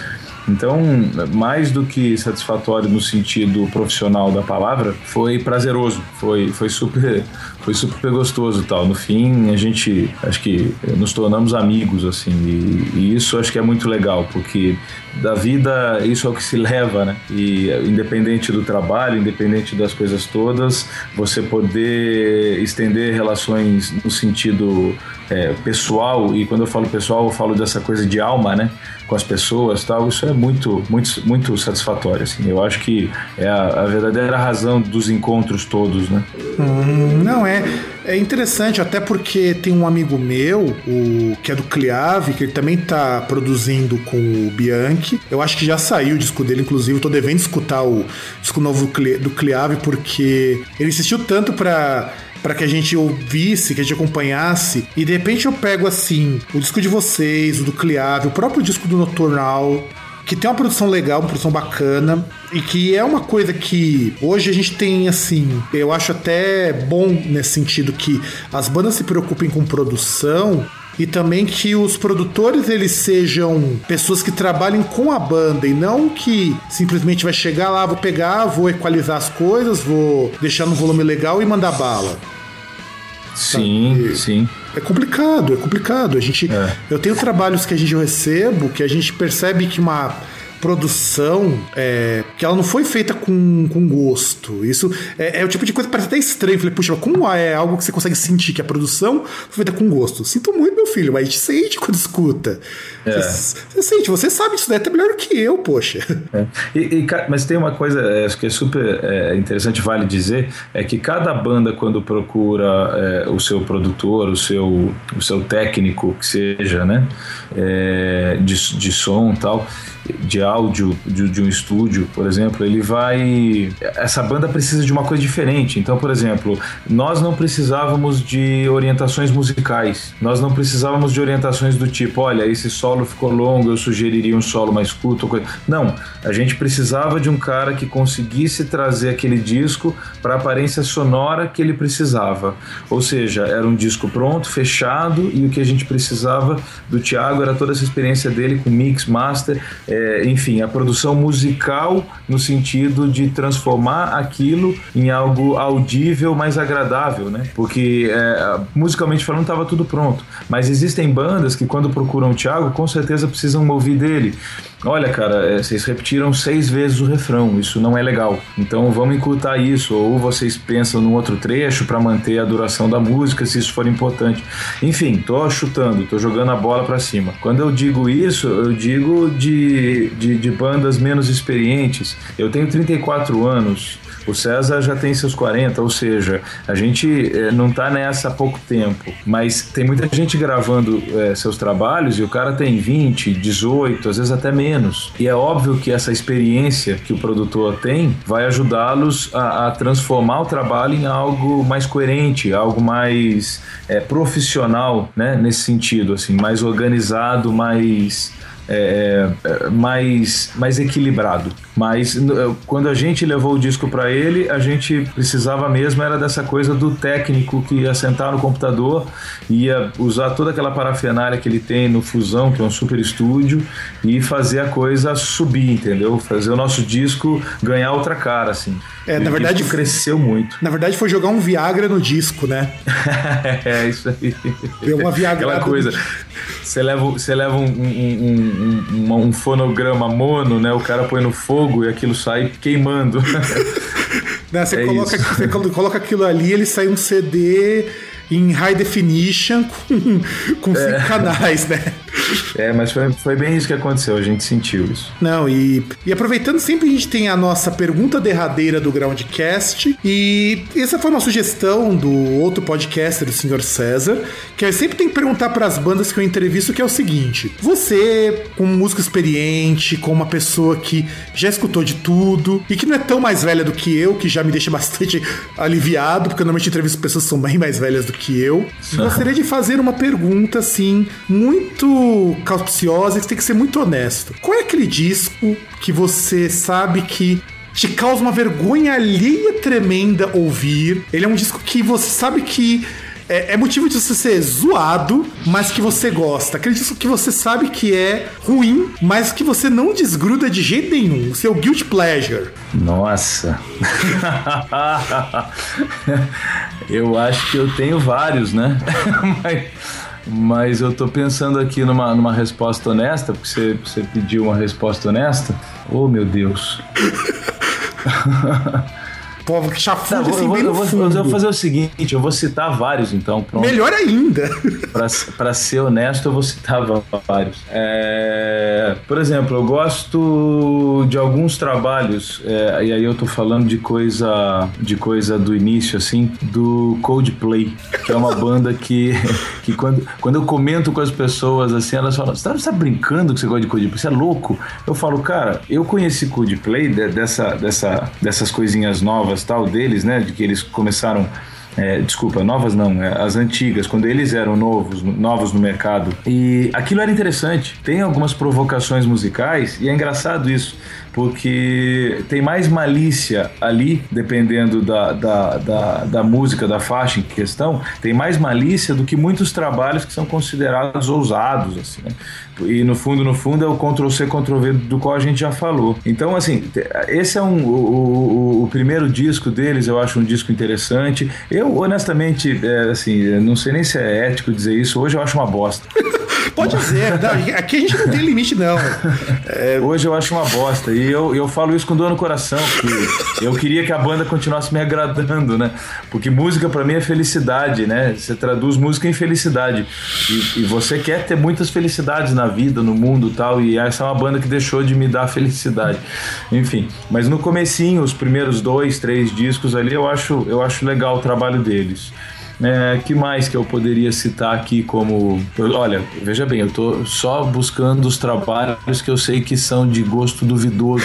Então, mais do que satisfatório no sentido profissional da palavra, foi prazeroso, foi, foi super, foi super gostoso e tal. No fim, a gente, acho que nos tornamos amigos, assim, e, e isso acho que é muito legal, porque da vida isso é o que se leva, né? E independente do trabalho, independente das coisas todas, você poder estender relações no sentido é, pessoal, e quando eu falo pessoal, eu falo dessa coisa de alma, né? Com as pessoas e tal, isso é muito, muito, muito satisfatório, assim. Eu acho que é a, a verdadeira razão dos encontros todos, né? Hum, não, é, é interessante, até porque tem um amigo meu, o, que é do Cliave, que ele também tá produzindo com o Bianchi. Eu acho que já saiu o disco dele, inclusive, eu tô devendo escutar o disco novo do Cliave, porque ele insistiu tanto pra... para que a gente ouvisse, que a gente acompanhasse, e de repente eu pego assim o disco de vocês, o do Cliave, o próprio disco do Nocturnal, que tem uma produção legal, uma produção bacana, e que é uma coisa que hoje a gente tem, assim, eu acho até bom nesse sentido, que as bandas se preocupem com produção, e também que os produtores eles sejam pessoas que trabalhem com a banda e não que simplesmente vai chegar lá, vou pegar, vou equalizar as coisas, vou deixar no volume legal e mandar bala. Sim, e sim. É complicado, é complicado. A gente, é. Eu tenho trabalhos que a gente recebo que a gente percebe que uma produção é, que ela não foi feita com, com gosto. Isso é, é o tipo de coisa que parece até estranho. Falei, puxa, como é algo que você consegue sentir que a produção foi feita com gosto? Sinto muito, meu filho, mas a gente sente quando escuta. É. Você, você sente, você sabe disso daí até melhor que eu, poxa. É. E, e, mas tem uma coisa é, que é super é, interessante, vale dizer, é que cada banda, quando procura é, o seu produtor, o seu, o seu técnico, que seja, né, é, de, de som e tal, de áudio de, de um estúdio, por exemplo, ele vai... Essa banda precisa de uma coisa diferente. Então, por exemplo, nós não precisávamos de orientações musicais. Nós não precisávamos de orientações do tipo, olha, esse solo ficou longo, eu sugeriria um solo mais curto. Coisa... Não, a gente precisava de um cara que conseguisse trazer aquele disco para a aparência sonora que ele precisava. Ou seja, era um disco pronto, fechado, e o que a gente precisava do Thiago era toda essa experiência dele com mix, master... É, enfim, a produção musical no sentido de transformar aquilo em algo audível, mais agradável, né? Porque é, musicalmente falando estava tudo pronto, mas existem bandas que quando procuram o Thiago com certeza precisam ouvir dele. Olha, cara, é, vocês repetiram seis vezes o refrão, isso não é legal, então vamos encurtar isso, ou vocês pensam num outro trecho para manter a duração da música, se isso for importante. Enfim, tô chutando, tô jogando a bola para cima. Quando eu digo isso, eu digo de, de, de bandas menos experientes. Eu tenho trinta e quatro anos, o César já tem seus quarenta, ou seja, a gente é, não tá nessa há pouco tempo, mas tem muita gente gravando é, seus trabalhos e o cara tem vinte, dezoito, às vezes até menos. E é óbvio que essa experiência que o produtor tem vai ajudá-los a, a transformar o trabalho em algo mais coerente, algo mais é, profissional, né, nesse sentido, assim, mais organizado, mais... É, mais, mais equilibrado. Mas quando a gente levou o disco para ele, a gente precisava mesmo era dessa coisa do técnico que ia sentar no computador, ia usar toda aquela parafernália que ele tem no Fusão, que é um super estúdio, e fazer a coisa subir, entendeu? Fazer o nosso disco ganhar outra cara, assim. É, na verdade cresceu muito. Na verdade foi jogar um Viagra no disco, né? É, isso aí. Deu uma Viagra. Aquela coisa, você leva, você leva um, um, um, um, um fonograma mono, né? O cara põe no fogo e aquilo sai queimando. Não, você, é coloca, você coloca aquilo ali, ele sai um C D em high definition com, com cinco é. canais, né? É, mas foi, foi bem isso que aconteceu, a gente sentiu isso. Não, e, e aproveitando, sempre a gente tem a nossa pergunta derradeira do Groundcast, e essa foi uma sugestão do outro podcaster, do senhor César, que eu sempre tenho que perguntar para as bandas que eu entrevisto, que é o seguinte: você, como músico experiente, como uma pessoa que já escutou de tudo, e que não é tão mais velha do que eu, que já me deixa bastante aliviado, porque eu normalmente entrevisto pessoas que são bem mais velhas do que eu, gostaria de fazer uma pergunta, assim, muito capciosa, que tem que ser muito honesto. Qual é aquele disco que você sabe que te causa uma vergonha alheia tremenda ouvir? Ele é um disco que você sabe que é, é motivo de você ser zoado, mas que você gosta. Aquele disco que você sabe que é ruim, mas que você não desgruda de jeito nenhum. O seu guilty pleasure. Nossa. Eu acho que eu tenho vários, né? mas, mas eu tô pensando aqui numa, numa resposta honesta, porque você, você pediu uma resposta honesta. Oh, meu Deus. Povo que chafude tá, assim eu, vou, bem eu, no vou, fundo. eu vou fazer o seguinte, eu vou citar vários então. Pronto. Melhor ainda. Pra, pra ser honesto, eu vou citar vários. É, por exemplo, eu gosto de alguns trabalhos, é, e aí eu tô falando de coisa, de coisa do início, assim, do Coldplay, que é uma banda que, que quando, quando eu comento com as pessoas, assim, elas falam, você tá, você tá brincando que você gosta de Coldplay? Você é louco? Eu falo, cara, eu conheci Coldplay de, dessa, dessa, dessas coisinhas novas, tal, deles, né, de que eles começaram, é, desculpa, novas não, é, as antigas, quando eles eram novos, novos no mercado, e aquilo era interessante, tem algumas provocações musicais, e é engraçado isso, porque tem mais malícia ali, dependendo da, da, da, da música, da faixa em questão, tem mais malícia do que muitos trabalhos que são considerados ousados, assim, né? E no fundo, no fundo, é o control C, control V do qual a gente já falou. Então, assim, esse é um, o, o, o primeiro disco deles, eu acho um disco interessante. Eu, honestamente, é, assim, não sei nem se é ético dizer isso, hoje eu acho uma bosta. Pode dizer, não, aqui a gente não tem limite, não. É... Hoje eu acho uma bosta, e eu, eu falo isso com dor no coração, porque eu queria que a banda continuasse me agradando, né? Porque música pra mim é felicidade, né? Você traduz música em felicidade, e, e você quer ter muitas felicidades na vida, no mundo e tal, e essa é uma banda que deixou de me dar felicidade. Enfim, mas no comecinho, os primeiros dois, três discos ali, eu acho, eu acho legal o trabalho deles. É, que mais que eu poderia citar aqui como... Olha, veja bem, eu tô só buscando os trabalhos que eu sei que são de gosto duvidoso.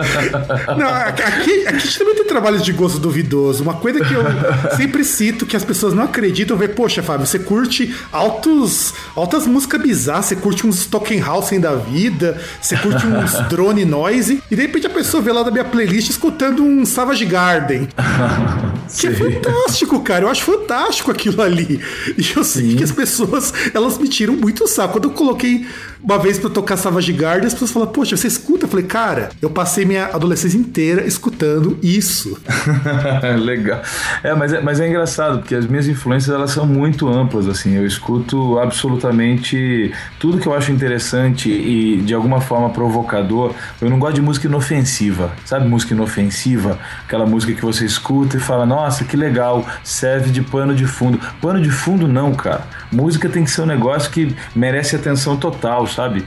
Não, aqui, aqui a gente também tem trabalhos de gosto duvidoso. Uma coisa que eu sempre cito, que as pessoas não acreditam, ver, poxa, Fábio, você curte altos, altas músicas bizarras, você curte uns Stockenhausen da vida, você curte uns drone noise, e de repente a pessoa vê lá da minha playlist escutando um Savage Garden. Que é fantástico, cara. Eu acho fantástico aquilo ali. E eu sei Sim. que as pessoas, elas me tiram muito o saco. Quando eu coloquei uma vez pra tocar Savage Garden, as pessoas falam, poxa, você escuta? Eu falei, cara, eu passei minha adolescência inteira escutando isso. Legal. É, mas é, mas é engraçado, porque as minhas influências, elas são muito amplas, assim. Eu escuto absolutamente tudo que eu acho interessante e de alguma forma provocador. Eu não gosto de música inofensiva, sabe? Música inofensiva, aquela música que você escuta e fala, nossa, que legal, serve de pano de fundo. Pano de fundo não, cara. Música tem que ser um negócio que merece atenção total, sabe?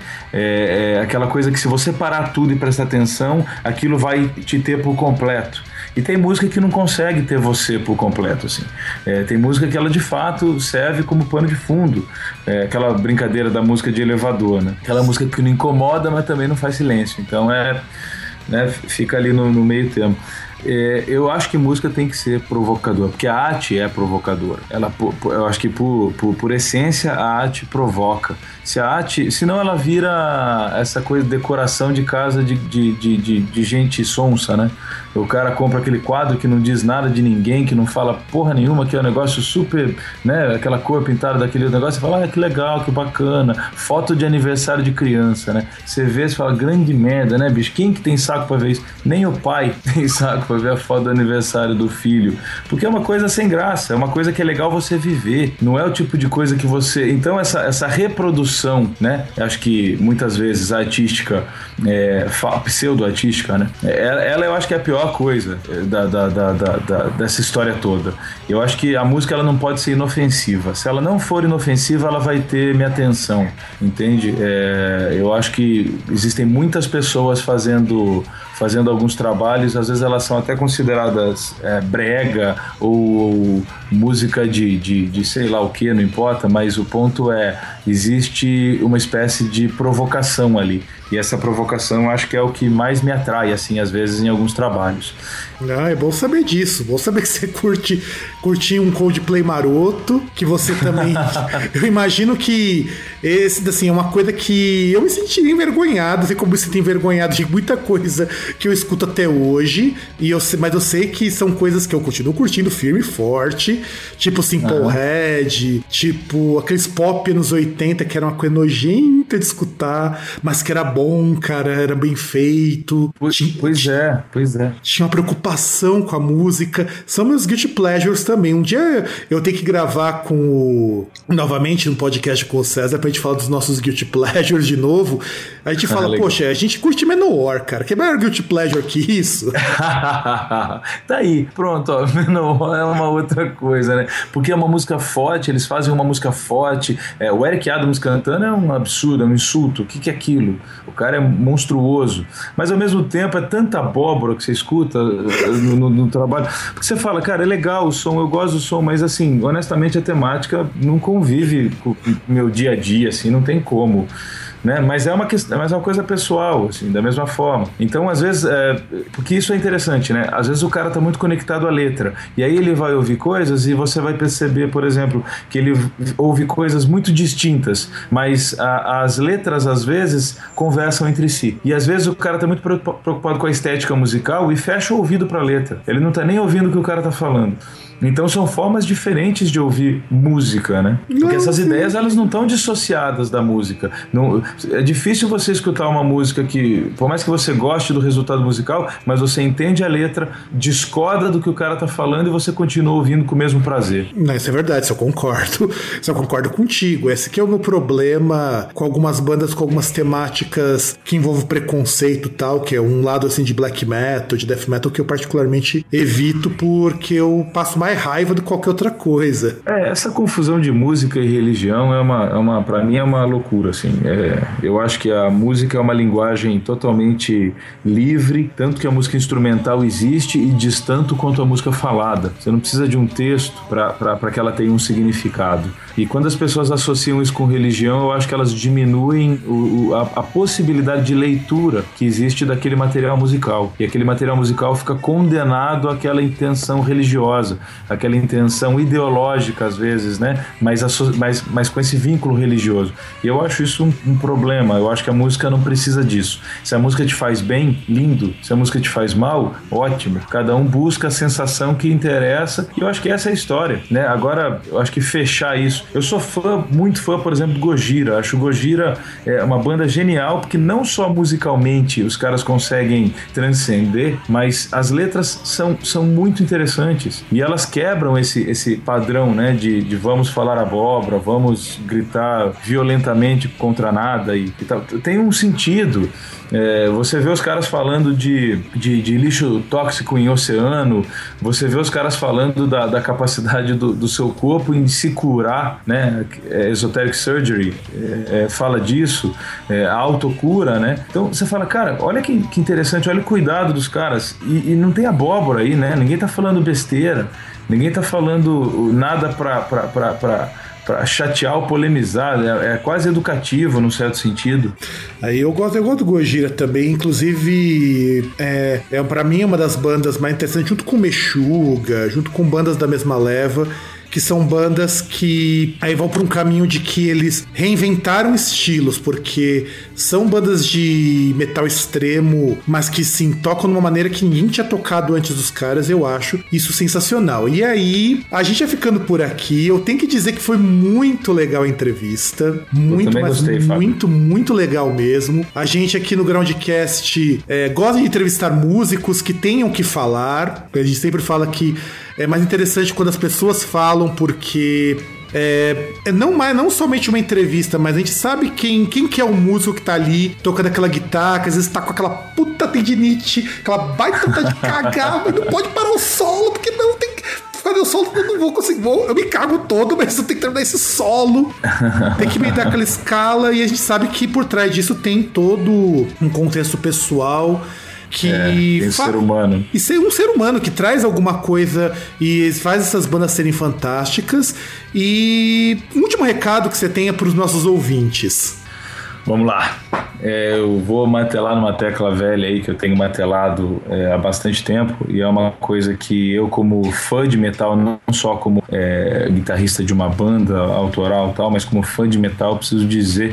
É, é aquela coisa que se você parar tudo e prestar atenção, aquilo vai te ter por completo. E tem música que não consegue ter você por completo, assim. É, tem música que ela de fato serve como pano de fundo. É aquela brincadeira da música de elevador, né? Aquela música que não incomoda, mas também não faz silêncio. Então é, né, fica ali no, no meio termo. É, eu acho que música tem que ser provocadora, porque a arte é provocadora. Ela, eu acho que por, por, por essência a arte provoca. Se a arte, senão ela vira essa coisa de decoração de casa de, de, de, de, de gente sonsa, né? O cara compra aquele quadro que não diz nada de ninguém, que não fala porra nenhuma, que é um negócio super, né? Aquela cor pintada daquele negócio, você fala, ah, que legal, que bacana. Foto de aniversário de criança, né? Você vê, você fala, grande merda, né, bicho? Quem que tem saco pra ver isso? Nem o pai tem saco pra ver a foto do aniversário do filho. Porque é uma coisa sem graça, é uma coisa que é legal você viver. Não é o tipo de coisa que você... Então essa, essa reprodução, né? Acho que muitas vezes a artística, é, pseudo-artística, né? Ela, ela eu acho que é a pior coisa da, da, da, da, da, dessa história toda. Eu acho que a música ela não pode ser inofensiva. Se ela não for inofensiva, ela vai ter minha atenção, entende? É, eu acho que existem muitas pessoas fazendo, fazendo alguns trabalhos, às vezes elas são até consideradas é, brega ou, ou música de, de, de sei lá o que, não importa, mas o ponto é, existe uma espécie de provocação ali. E essa provocação acho que é o que mais me atrai, assim, às vezes em alguns trabalhos. Ah, é bom saber disso. Bom saber que você curte, curte um Coldplay maroto, que você também... eu imagino que esse, assim, é uma coisa que eu me sentiria envergonhado, assim como eu me sinto envergonhado de muita coisa que eu escuto até hoje, e eu, mas eu sei que são coisas que eu continuo curtindo firme e forte, tipo Simple uhum. Red, tipo aqueles pop anos oitenta, que era uma coisa nojenta de escutar, mas que era bom, cara, era bem feito. Pois, tinha, pois é, pois é. Tinha uma preocupação com a música. São meus guilty pleasures também. Um dia eu tenho que gravar com o... novamente no podcast com o César pra gente falar dos nossos guilty pleasures de novo. A gente fala, ah, poxa, a gente curte Manowar, cara. Que maior guilty pleasure que isso? Tá aí, pronto, ó. Manowar é uma outra coisa, né? Porque é uma música forte, eles fazem uma música forte. É, o Eric Adams cantando é um absurdo, é um insulto. O que, que é aquilo? O cara é monstruoso. Mas ao mesmo tempo é tanta abóbora que você escuta no, no, no trabalho. Porque você fala, cara, é legal o som, eu gosto do som, mas assim, honestamente a temática não convive com o meu dia a dia, assim, não tem como. Né? Mas é uma questão, mas é uma coisa pessoal, assim, da mesma forma. Então, às vezes, é, porque isso é interessante, né? Às vezes o cara tá muito conectado à letra, e aí ele vai ouvir coisas e você vai perceber, por exemplo, que ele ouve coisas muito distintas, mas a, as letras, às vezes, conversam entre si. E às vezes o cara tá muito preocupado com a estética musical e fecha o ouvido pra letra. Ele não tá nem ouvindo o que o cara tá falando. Então são formas diferentes de ouvir música, né? Porque essas ideias, elas não estão dissociadas da música. Não, é difícil você escutar uma música que, por mais que você goste do resultado musical, mas você entende a letra, discorda do que o cara tá falando e você continua ouvindo com o mesmo prazer. Não, isso é verdade, isso eu concordo. Isso eu concordo contigo. Esse aqui é o meu problema com algumas bandas, com algumas temáticas que envolvem preconceito e tal, que é um lado assim de black metal, de death metal, que eu particularmente evito porque eu passo mais raiva do que qualquer outra coisa. É, essa confusão de música e religião é uma, é uma pra mim é uma loucura, assim. É, eu acho que a música é uma linguagem totalmente livre, tanto que a música instrumental existe e diz tanto quanto a música falada. Você não precisa de um texto para que ela tenha um significado. E quando as pessoas associam isso com religião, eu acho que elas diminuem o, a, a possibilidade de leitura que existe daquele material musical. E aquele material musical fica condenado àquela intenção religiosa, aquela intenção ideológica às vezes, né? Mas, mas, mas com esse vínculo religioso. E eu acho isso um, um problema. Eu acho que a música não precisa disso. Se a música te faz bem, lindo. Se a música te faz mal, ótimo. Cada um busca a sensação que interessa e eu acho que essa é a história, né? Agora, eu acho que fechar isso. Eu sou fã, muito fã, por exemplo, do Gojira. Acho o Gojira é uma banda genial porque não só musicalmente os caras conseguem transcender, mas as letras são, são muito interessantes e elas quebram esse, esse padrão, né, de, de vamos falar abóbora, vamos gritar violentamente contra nada e, e tal. Tem um sentido. É, você vê os caras falando de, de, de lixo tóxico em oceano, você vê os caras falando da, da capacidade do, do seu corpo em se curar, né? É, Esoteric Surgery é, é, fala disso, é, a autocura, né? Então você fala, cara, olha que, que interessante, olha o cuidado dos caras e, e não tem abóbora aí, né? Ninguém tá falando besteira, ninguém tá falando nada pra, pra, pra, pra para chatear ou polemizar, é, é quase educativo num certo sentido. Aí eu gosto, eu gosto do Gojira também, inclusive é, é para mim uma das bandas mais interessantes, junto com Meshuggah, junto com bandas da mesma leva, que são bandas que aí vão para um caminho de que eles reinventaram estilos, porque são bandas de metal extremo, mas que sim, tocam de uma maneira que ninguém tinha tocado antes dos caras. Eu acho isso sensacional. E aí, a gente vai ficando por aqui. Eu tenho que dizer que foi muito legal a entrevista. Muito, mas gostei, muito, Fábio. Muito legal mesmo. A gente aqui no Groundcast é, gosta de entrevistar músicos que tenham o que falar. A gente sempre fala que é mais interessante quando as pessoas falam, porque é, é não, não somente uma entrevista, mas a gente sabe quem, quem que é o músico que tá ali tocando aquela guitarra, que às vezes tá com aquela puta tendinite, aquela baita de cagar, mas não pode parar o solo, porque não tem que fazer o solo, eu não vou conseguir, vou, eu me cago todo, mas eu tenho que terminar esse solo, tem que me dar aquela escala, e a gente sabe que por trás disso tem todo um contexto pessoal, que é, tem fa- ser humano. E ser um ser humano que traz alguma coisa e faz essas bandas serem fantásticas. E um último recado que você tenha para os nossos ouvintes. Vamos lá. É, eu vou martelar numa tecla velha aí que eu tenho martelado é, há bastante tempo, e é uma coisa que eu, como fã de metal, não só como é, guitarrista de uma banda autoral e tal, mas como fã de metal, preciso dizer.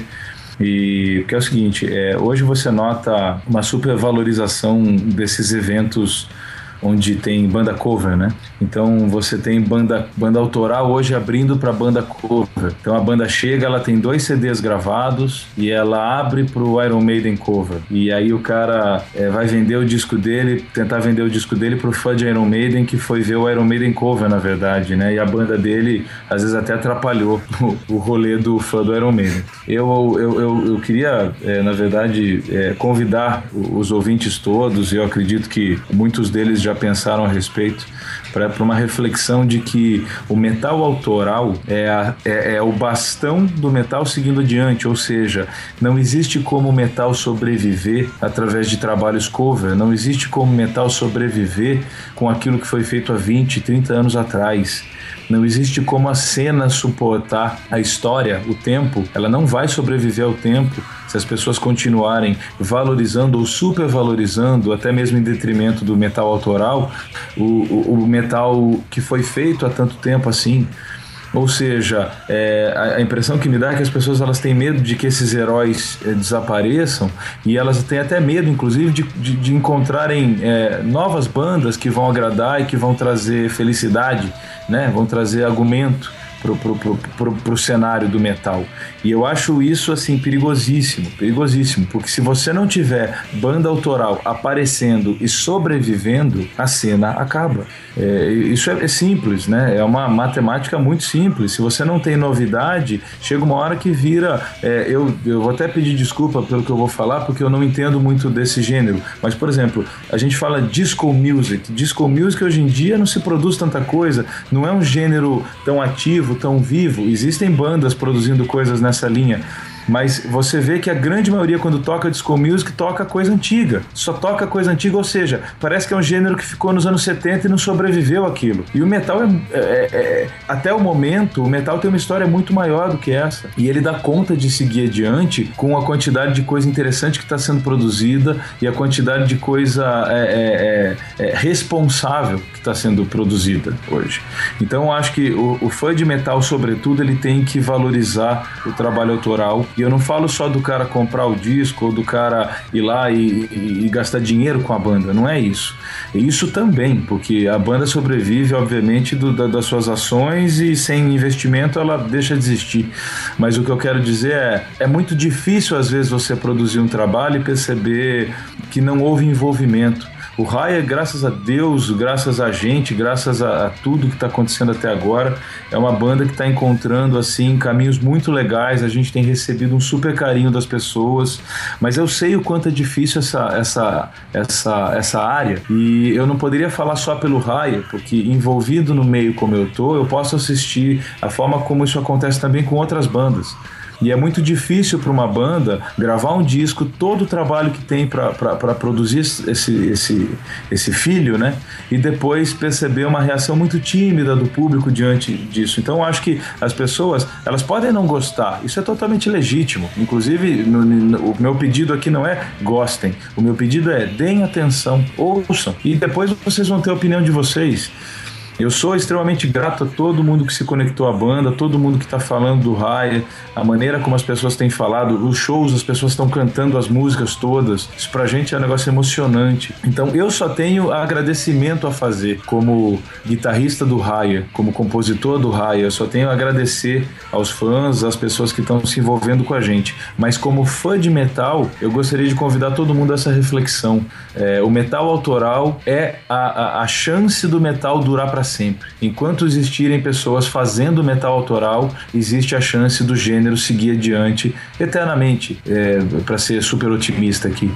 E que é o seguinte, é, hoje você nota uma supervalorização desses eventos onde tem banda cover, né? Então você tem banda, banda autoral hoje abrindo para banda cover. Então a banda chega, ela tem dois C Ds gravados e ela abre pro Iron Maiden cover. E aí o cara é, vai vender o disco dele, tentar vender o disco dele pro fã de Iron Maiden que foi ver o Iron Maiden cover, na verdade, né? E a banda dele às vezes até atrapalhou o, o rolê do fã do Iron Maiden. Eu, eu, eu, eu queria, é, na verdade, é, convidar os ouvintes todos, e eu acredito que muitos deles já pensaram a respeito, para uma reflexão de que o metal autoral é, a, é, é o bastão do metal seguindo adiante, ou seja, não existe como o metal sobreviver através de trabalhos cover, não existe como o metal sobreviver com aquilo que foi feito há vinte, trinta anos atrás. Não existe como a cena suportar a história, o tempo. Ela não vai sobreviver ao tempo se as pessoas continuarem valorizando ou supervalorizando, até mesmo em detrimento do metal autoral, o, o, o metal que foi feito há tanto tempo assim. Ou seja, é, a, a impressão que me dá é que as pessoas elas têm medo de que esses heróis é, desapareçam, e elas têm até medo, inclusive, de, de, de encontrarem é, novas bandas que vão agradar e que vão trazer felicidade, né? Vão trazer argumento pro, pro, pro, pro, pro cenário do metal. E eu acho isso assim perigosíssimo, perigosíssimo, porque se você não tiver banda autoral aparecendo e sobrevivendo, a cena acaba. É, isso é, é simples, né? É uma matemática muito simples. Se você não tem novidade, chega uma hora que vira... É, eu, eu vou até pedir desculpa pelo que eu vou falar, porque eu não entendo muito desse gênero. Mas, por exemplo, a gente fala disco music. Disco music hoje em dia não se produz tanta coisa. Não é um gênero tão ativo, tão vivo. Existem bandas produzindo coisas nessa linha, mas você vê que a grande maioria, quando toca disco music, toca coisa antiga, só toca coisa antiga, ou seja, parece que é um gênero que ficou nos anos setenta e não sobreviveu aquilo. E o metal, é, é, é, até o momento, o metal tem uma história muito maior do que essa, e ele dá conta de seguir adiante com a quantidade de coisa interessante que está sendo produzida e a quantidade de coisa é, é, é, responsável que está sendo produzida hoje. Então eu acho que o, o fã de metal, sobretudo, ele tem que valorizar o trabalho autoral. E eu não falo só do cara comprar o disco ou do cara ir lá e, e, e gastar dinheiro com a banda, não é isso. Isso também, porque a banda sobrevive, obviamente, do, da, das suas ações, e sem investimento ela deixa de existir. Mas o que eu quero dizer é, é muito difícil às vezes você produzir um trabalho e perceber que não houve envolvimento. O Raya, graças a Deus, graças a gente, graças a, a tudo que está acontecendo até agora, é uma banda que está encontrando assim caminhos muito legais. A gente tem recebido um super carinho das pessoas, mas eu sei o quanto é difícil essa, essa, essa, essa área, e eu não poderia falar só pelo Raya, porque envolvido no meio como eu tô, eu posso assistir a forma como isso acontece também com outras bandas. E é muito difícil para uma banda gravar um disco, todo o trabalho que tem para produzir esse, esse, esse filho, né? E depois perceber uma reação muito tímida do público diante disso. Então eu acho que as pessoas, elas podem não gostar, isso é totalmente legítimo. Inclusive, no, no, o meu pedido aqui não é gostem, o meu pedido é deem atenção, ouçam, e depois vocês vão ter a opinião de vocês. Eu sou extremamente grato a todo mundo que se conectou à banda, todo mundo que está falando do Raya, a maneira como as pessoas têm falado, os shows, as pessoas estão cantando as músicas todas. Isso pra gente é um negócio emocionante. Então eu só tenho agradecimento a fazer como guitarrista do Raya, como compositor do Raya. Eu só tenho a agradecer aos fãs, às pessoas que estão se envolvendo com a gente. Mas como fã de metal, eu gostaria de convidar todo mundo a essa reflexão. É, o metal autoral é a, a, a chance do metal durar para sempre. Enquanto existirem pessoas fazendo metal autoral, existe a chance do gênero seguir adiante eternamente, é, para ser super otimista aqui.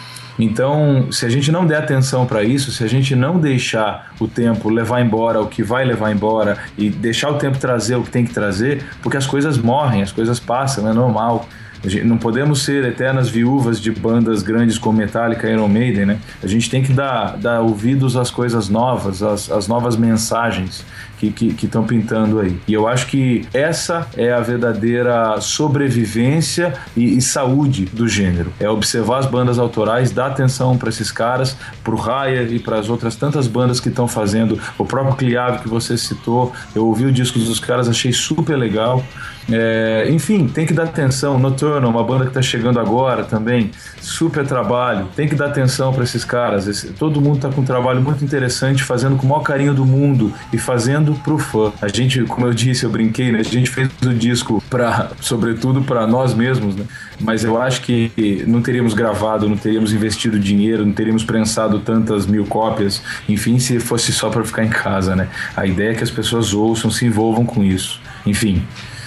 Então, se a gente não der atenção para isso, se a gente não deixar o tempo levar embora o que vai levar embora e deixar o tempo trazer o que tem que trazer, porque as coisas morrem, as coisas passam, é normal. Não podemos ser eternas viúvas de bandas grandes como Metallica, Iron Maiden, né? A gente tem que dar, dar ouvidos às coisas novas, às, às novas mensagens que estão pintando aí. E eu acho que essa é a verdadeira sobrevivência e, e saúde do gênero. É observar as bandas autorais, dar atenção para esses caras, pro Raya e para as outras tantas bandas que estão fazendo. O próprio Cliave que você citou, eu ouvi o disco dos caras, achei super legal. É, enfim, tem que dar atenção. Nocturnal, uma banda que está chegando agora também, super trabalho, tem que dar atenção para esses caras. Esse, todo mundo está com um trabalho muito interessante, fazendo com o maior carinho do mundo e fazendo pro fã. A gente, como eu disse, eu brinquei, né? A gente fez o disco para, sobretudo para nós mesmos, né? Mas eu acho que não teríamos gravado, não teríamos investido dinheiro, não teríamos prensado tantas mil cópias, enfim, se fosse só para ficar em casa, né? A ideia é que as pessoas ouçam, se envolvam com isso. Enfim.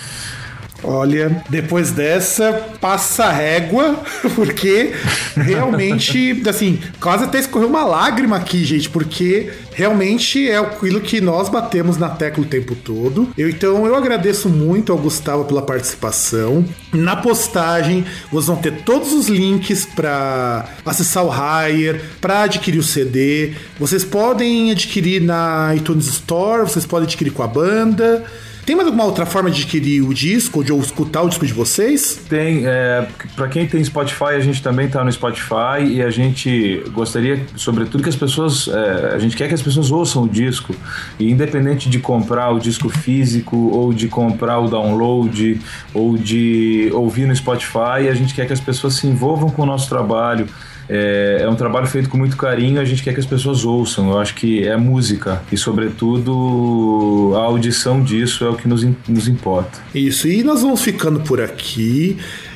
Olha, depois dessa, passa a régua, porque realmente, assim, quase até escorreu uma lágrima aqui, gente, porque realmente é aquilo que nós batemos na tecla o tempo todo. Eu, então, eu agradeço muito ao Gustavo pela participação. Na postagem, vocês vão ter todos os links para acessar o Higher, para adquirir o C D. Vocês podem adquirir na iTunes Store, vocês podem adquirir com a banda. Tem mais alguma outra forma de adquirir o disco, de ou escutar o disco de vocês? Tem, é, para quem tem Spotify, a gente também tá no Spotify e a gente gostaria, sobretudo, que as pessoas, é, a gente quer que as pessoas ouçam o disco, e independente de comprar o disco físico ou de comprar o download ou de ouvir no Spotify, a gente quer que as pessoas se envolvam com o nosso trabalho. É, é um trabalho feito com muito carinho, a gente quer que as pessoas ouçam. Eu acho que é música e, sobretudo, a audição disso é o que nos, nos importa. Isso, e nós vamos ficando por aqui.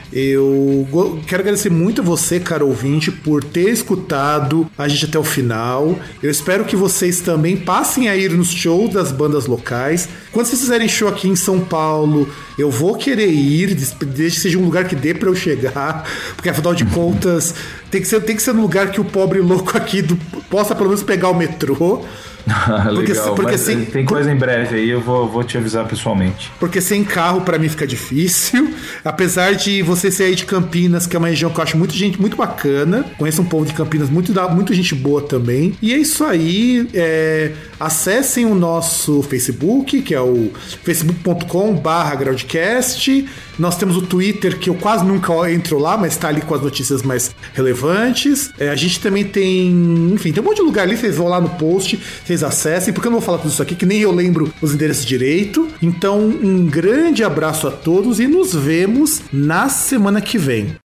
Eu quero agradecer muito a você, caro ouvinte, por ter escutado a gente até o final. Eu espero que vocês também passem a ir nos shows das bandas locais. Quando vocês fizerem show aqui em São Paulo, eu vou querer ir, desde que seja um lugar que dê pra eu chegar, porque afinal de contas tem que ser, tem que ser um lugar que o pobre louco aqui do, possa pelo menos pegar o metrô. Porque, legal, porque sem, tem coisa em breve aí, eu vou, vou te avisar pessoalmente. Porque sem carro pra mim fica difícil. Apesar de você ser aí de Campinas, que é uma região que eu acho muito gente muito bacana. Conheço um povo de Campinas, muito, muito gente boa também. E é isso aí. É, acessem o nosso Facebook, que é o facebook ponto com barra groundcast. Nós temos o Twitter, que eu quase nunca entro lá, mas tá ali com as notícias mais relevantes. É, a gente também tem, enfim, tem um monte de lugar ali, vocês vão lá no post, vocês acessem, porque eu não vou falar tudo isso aqui, que nem eu lembro os endereços direito. Então, um grande abraço a todos e nos vemos na semana que vem.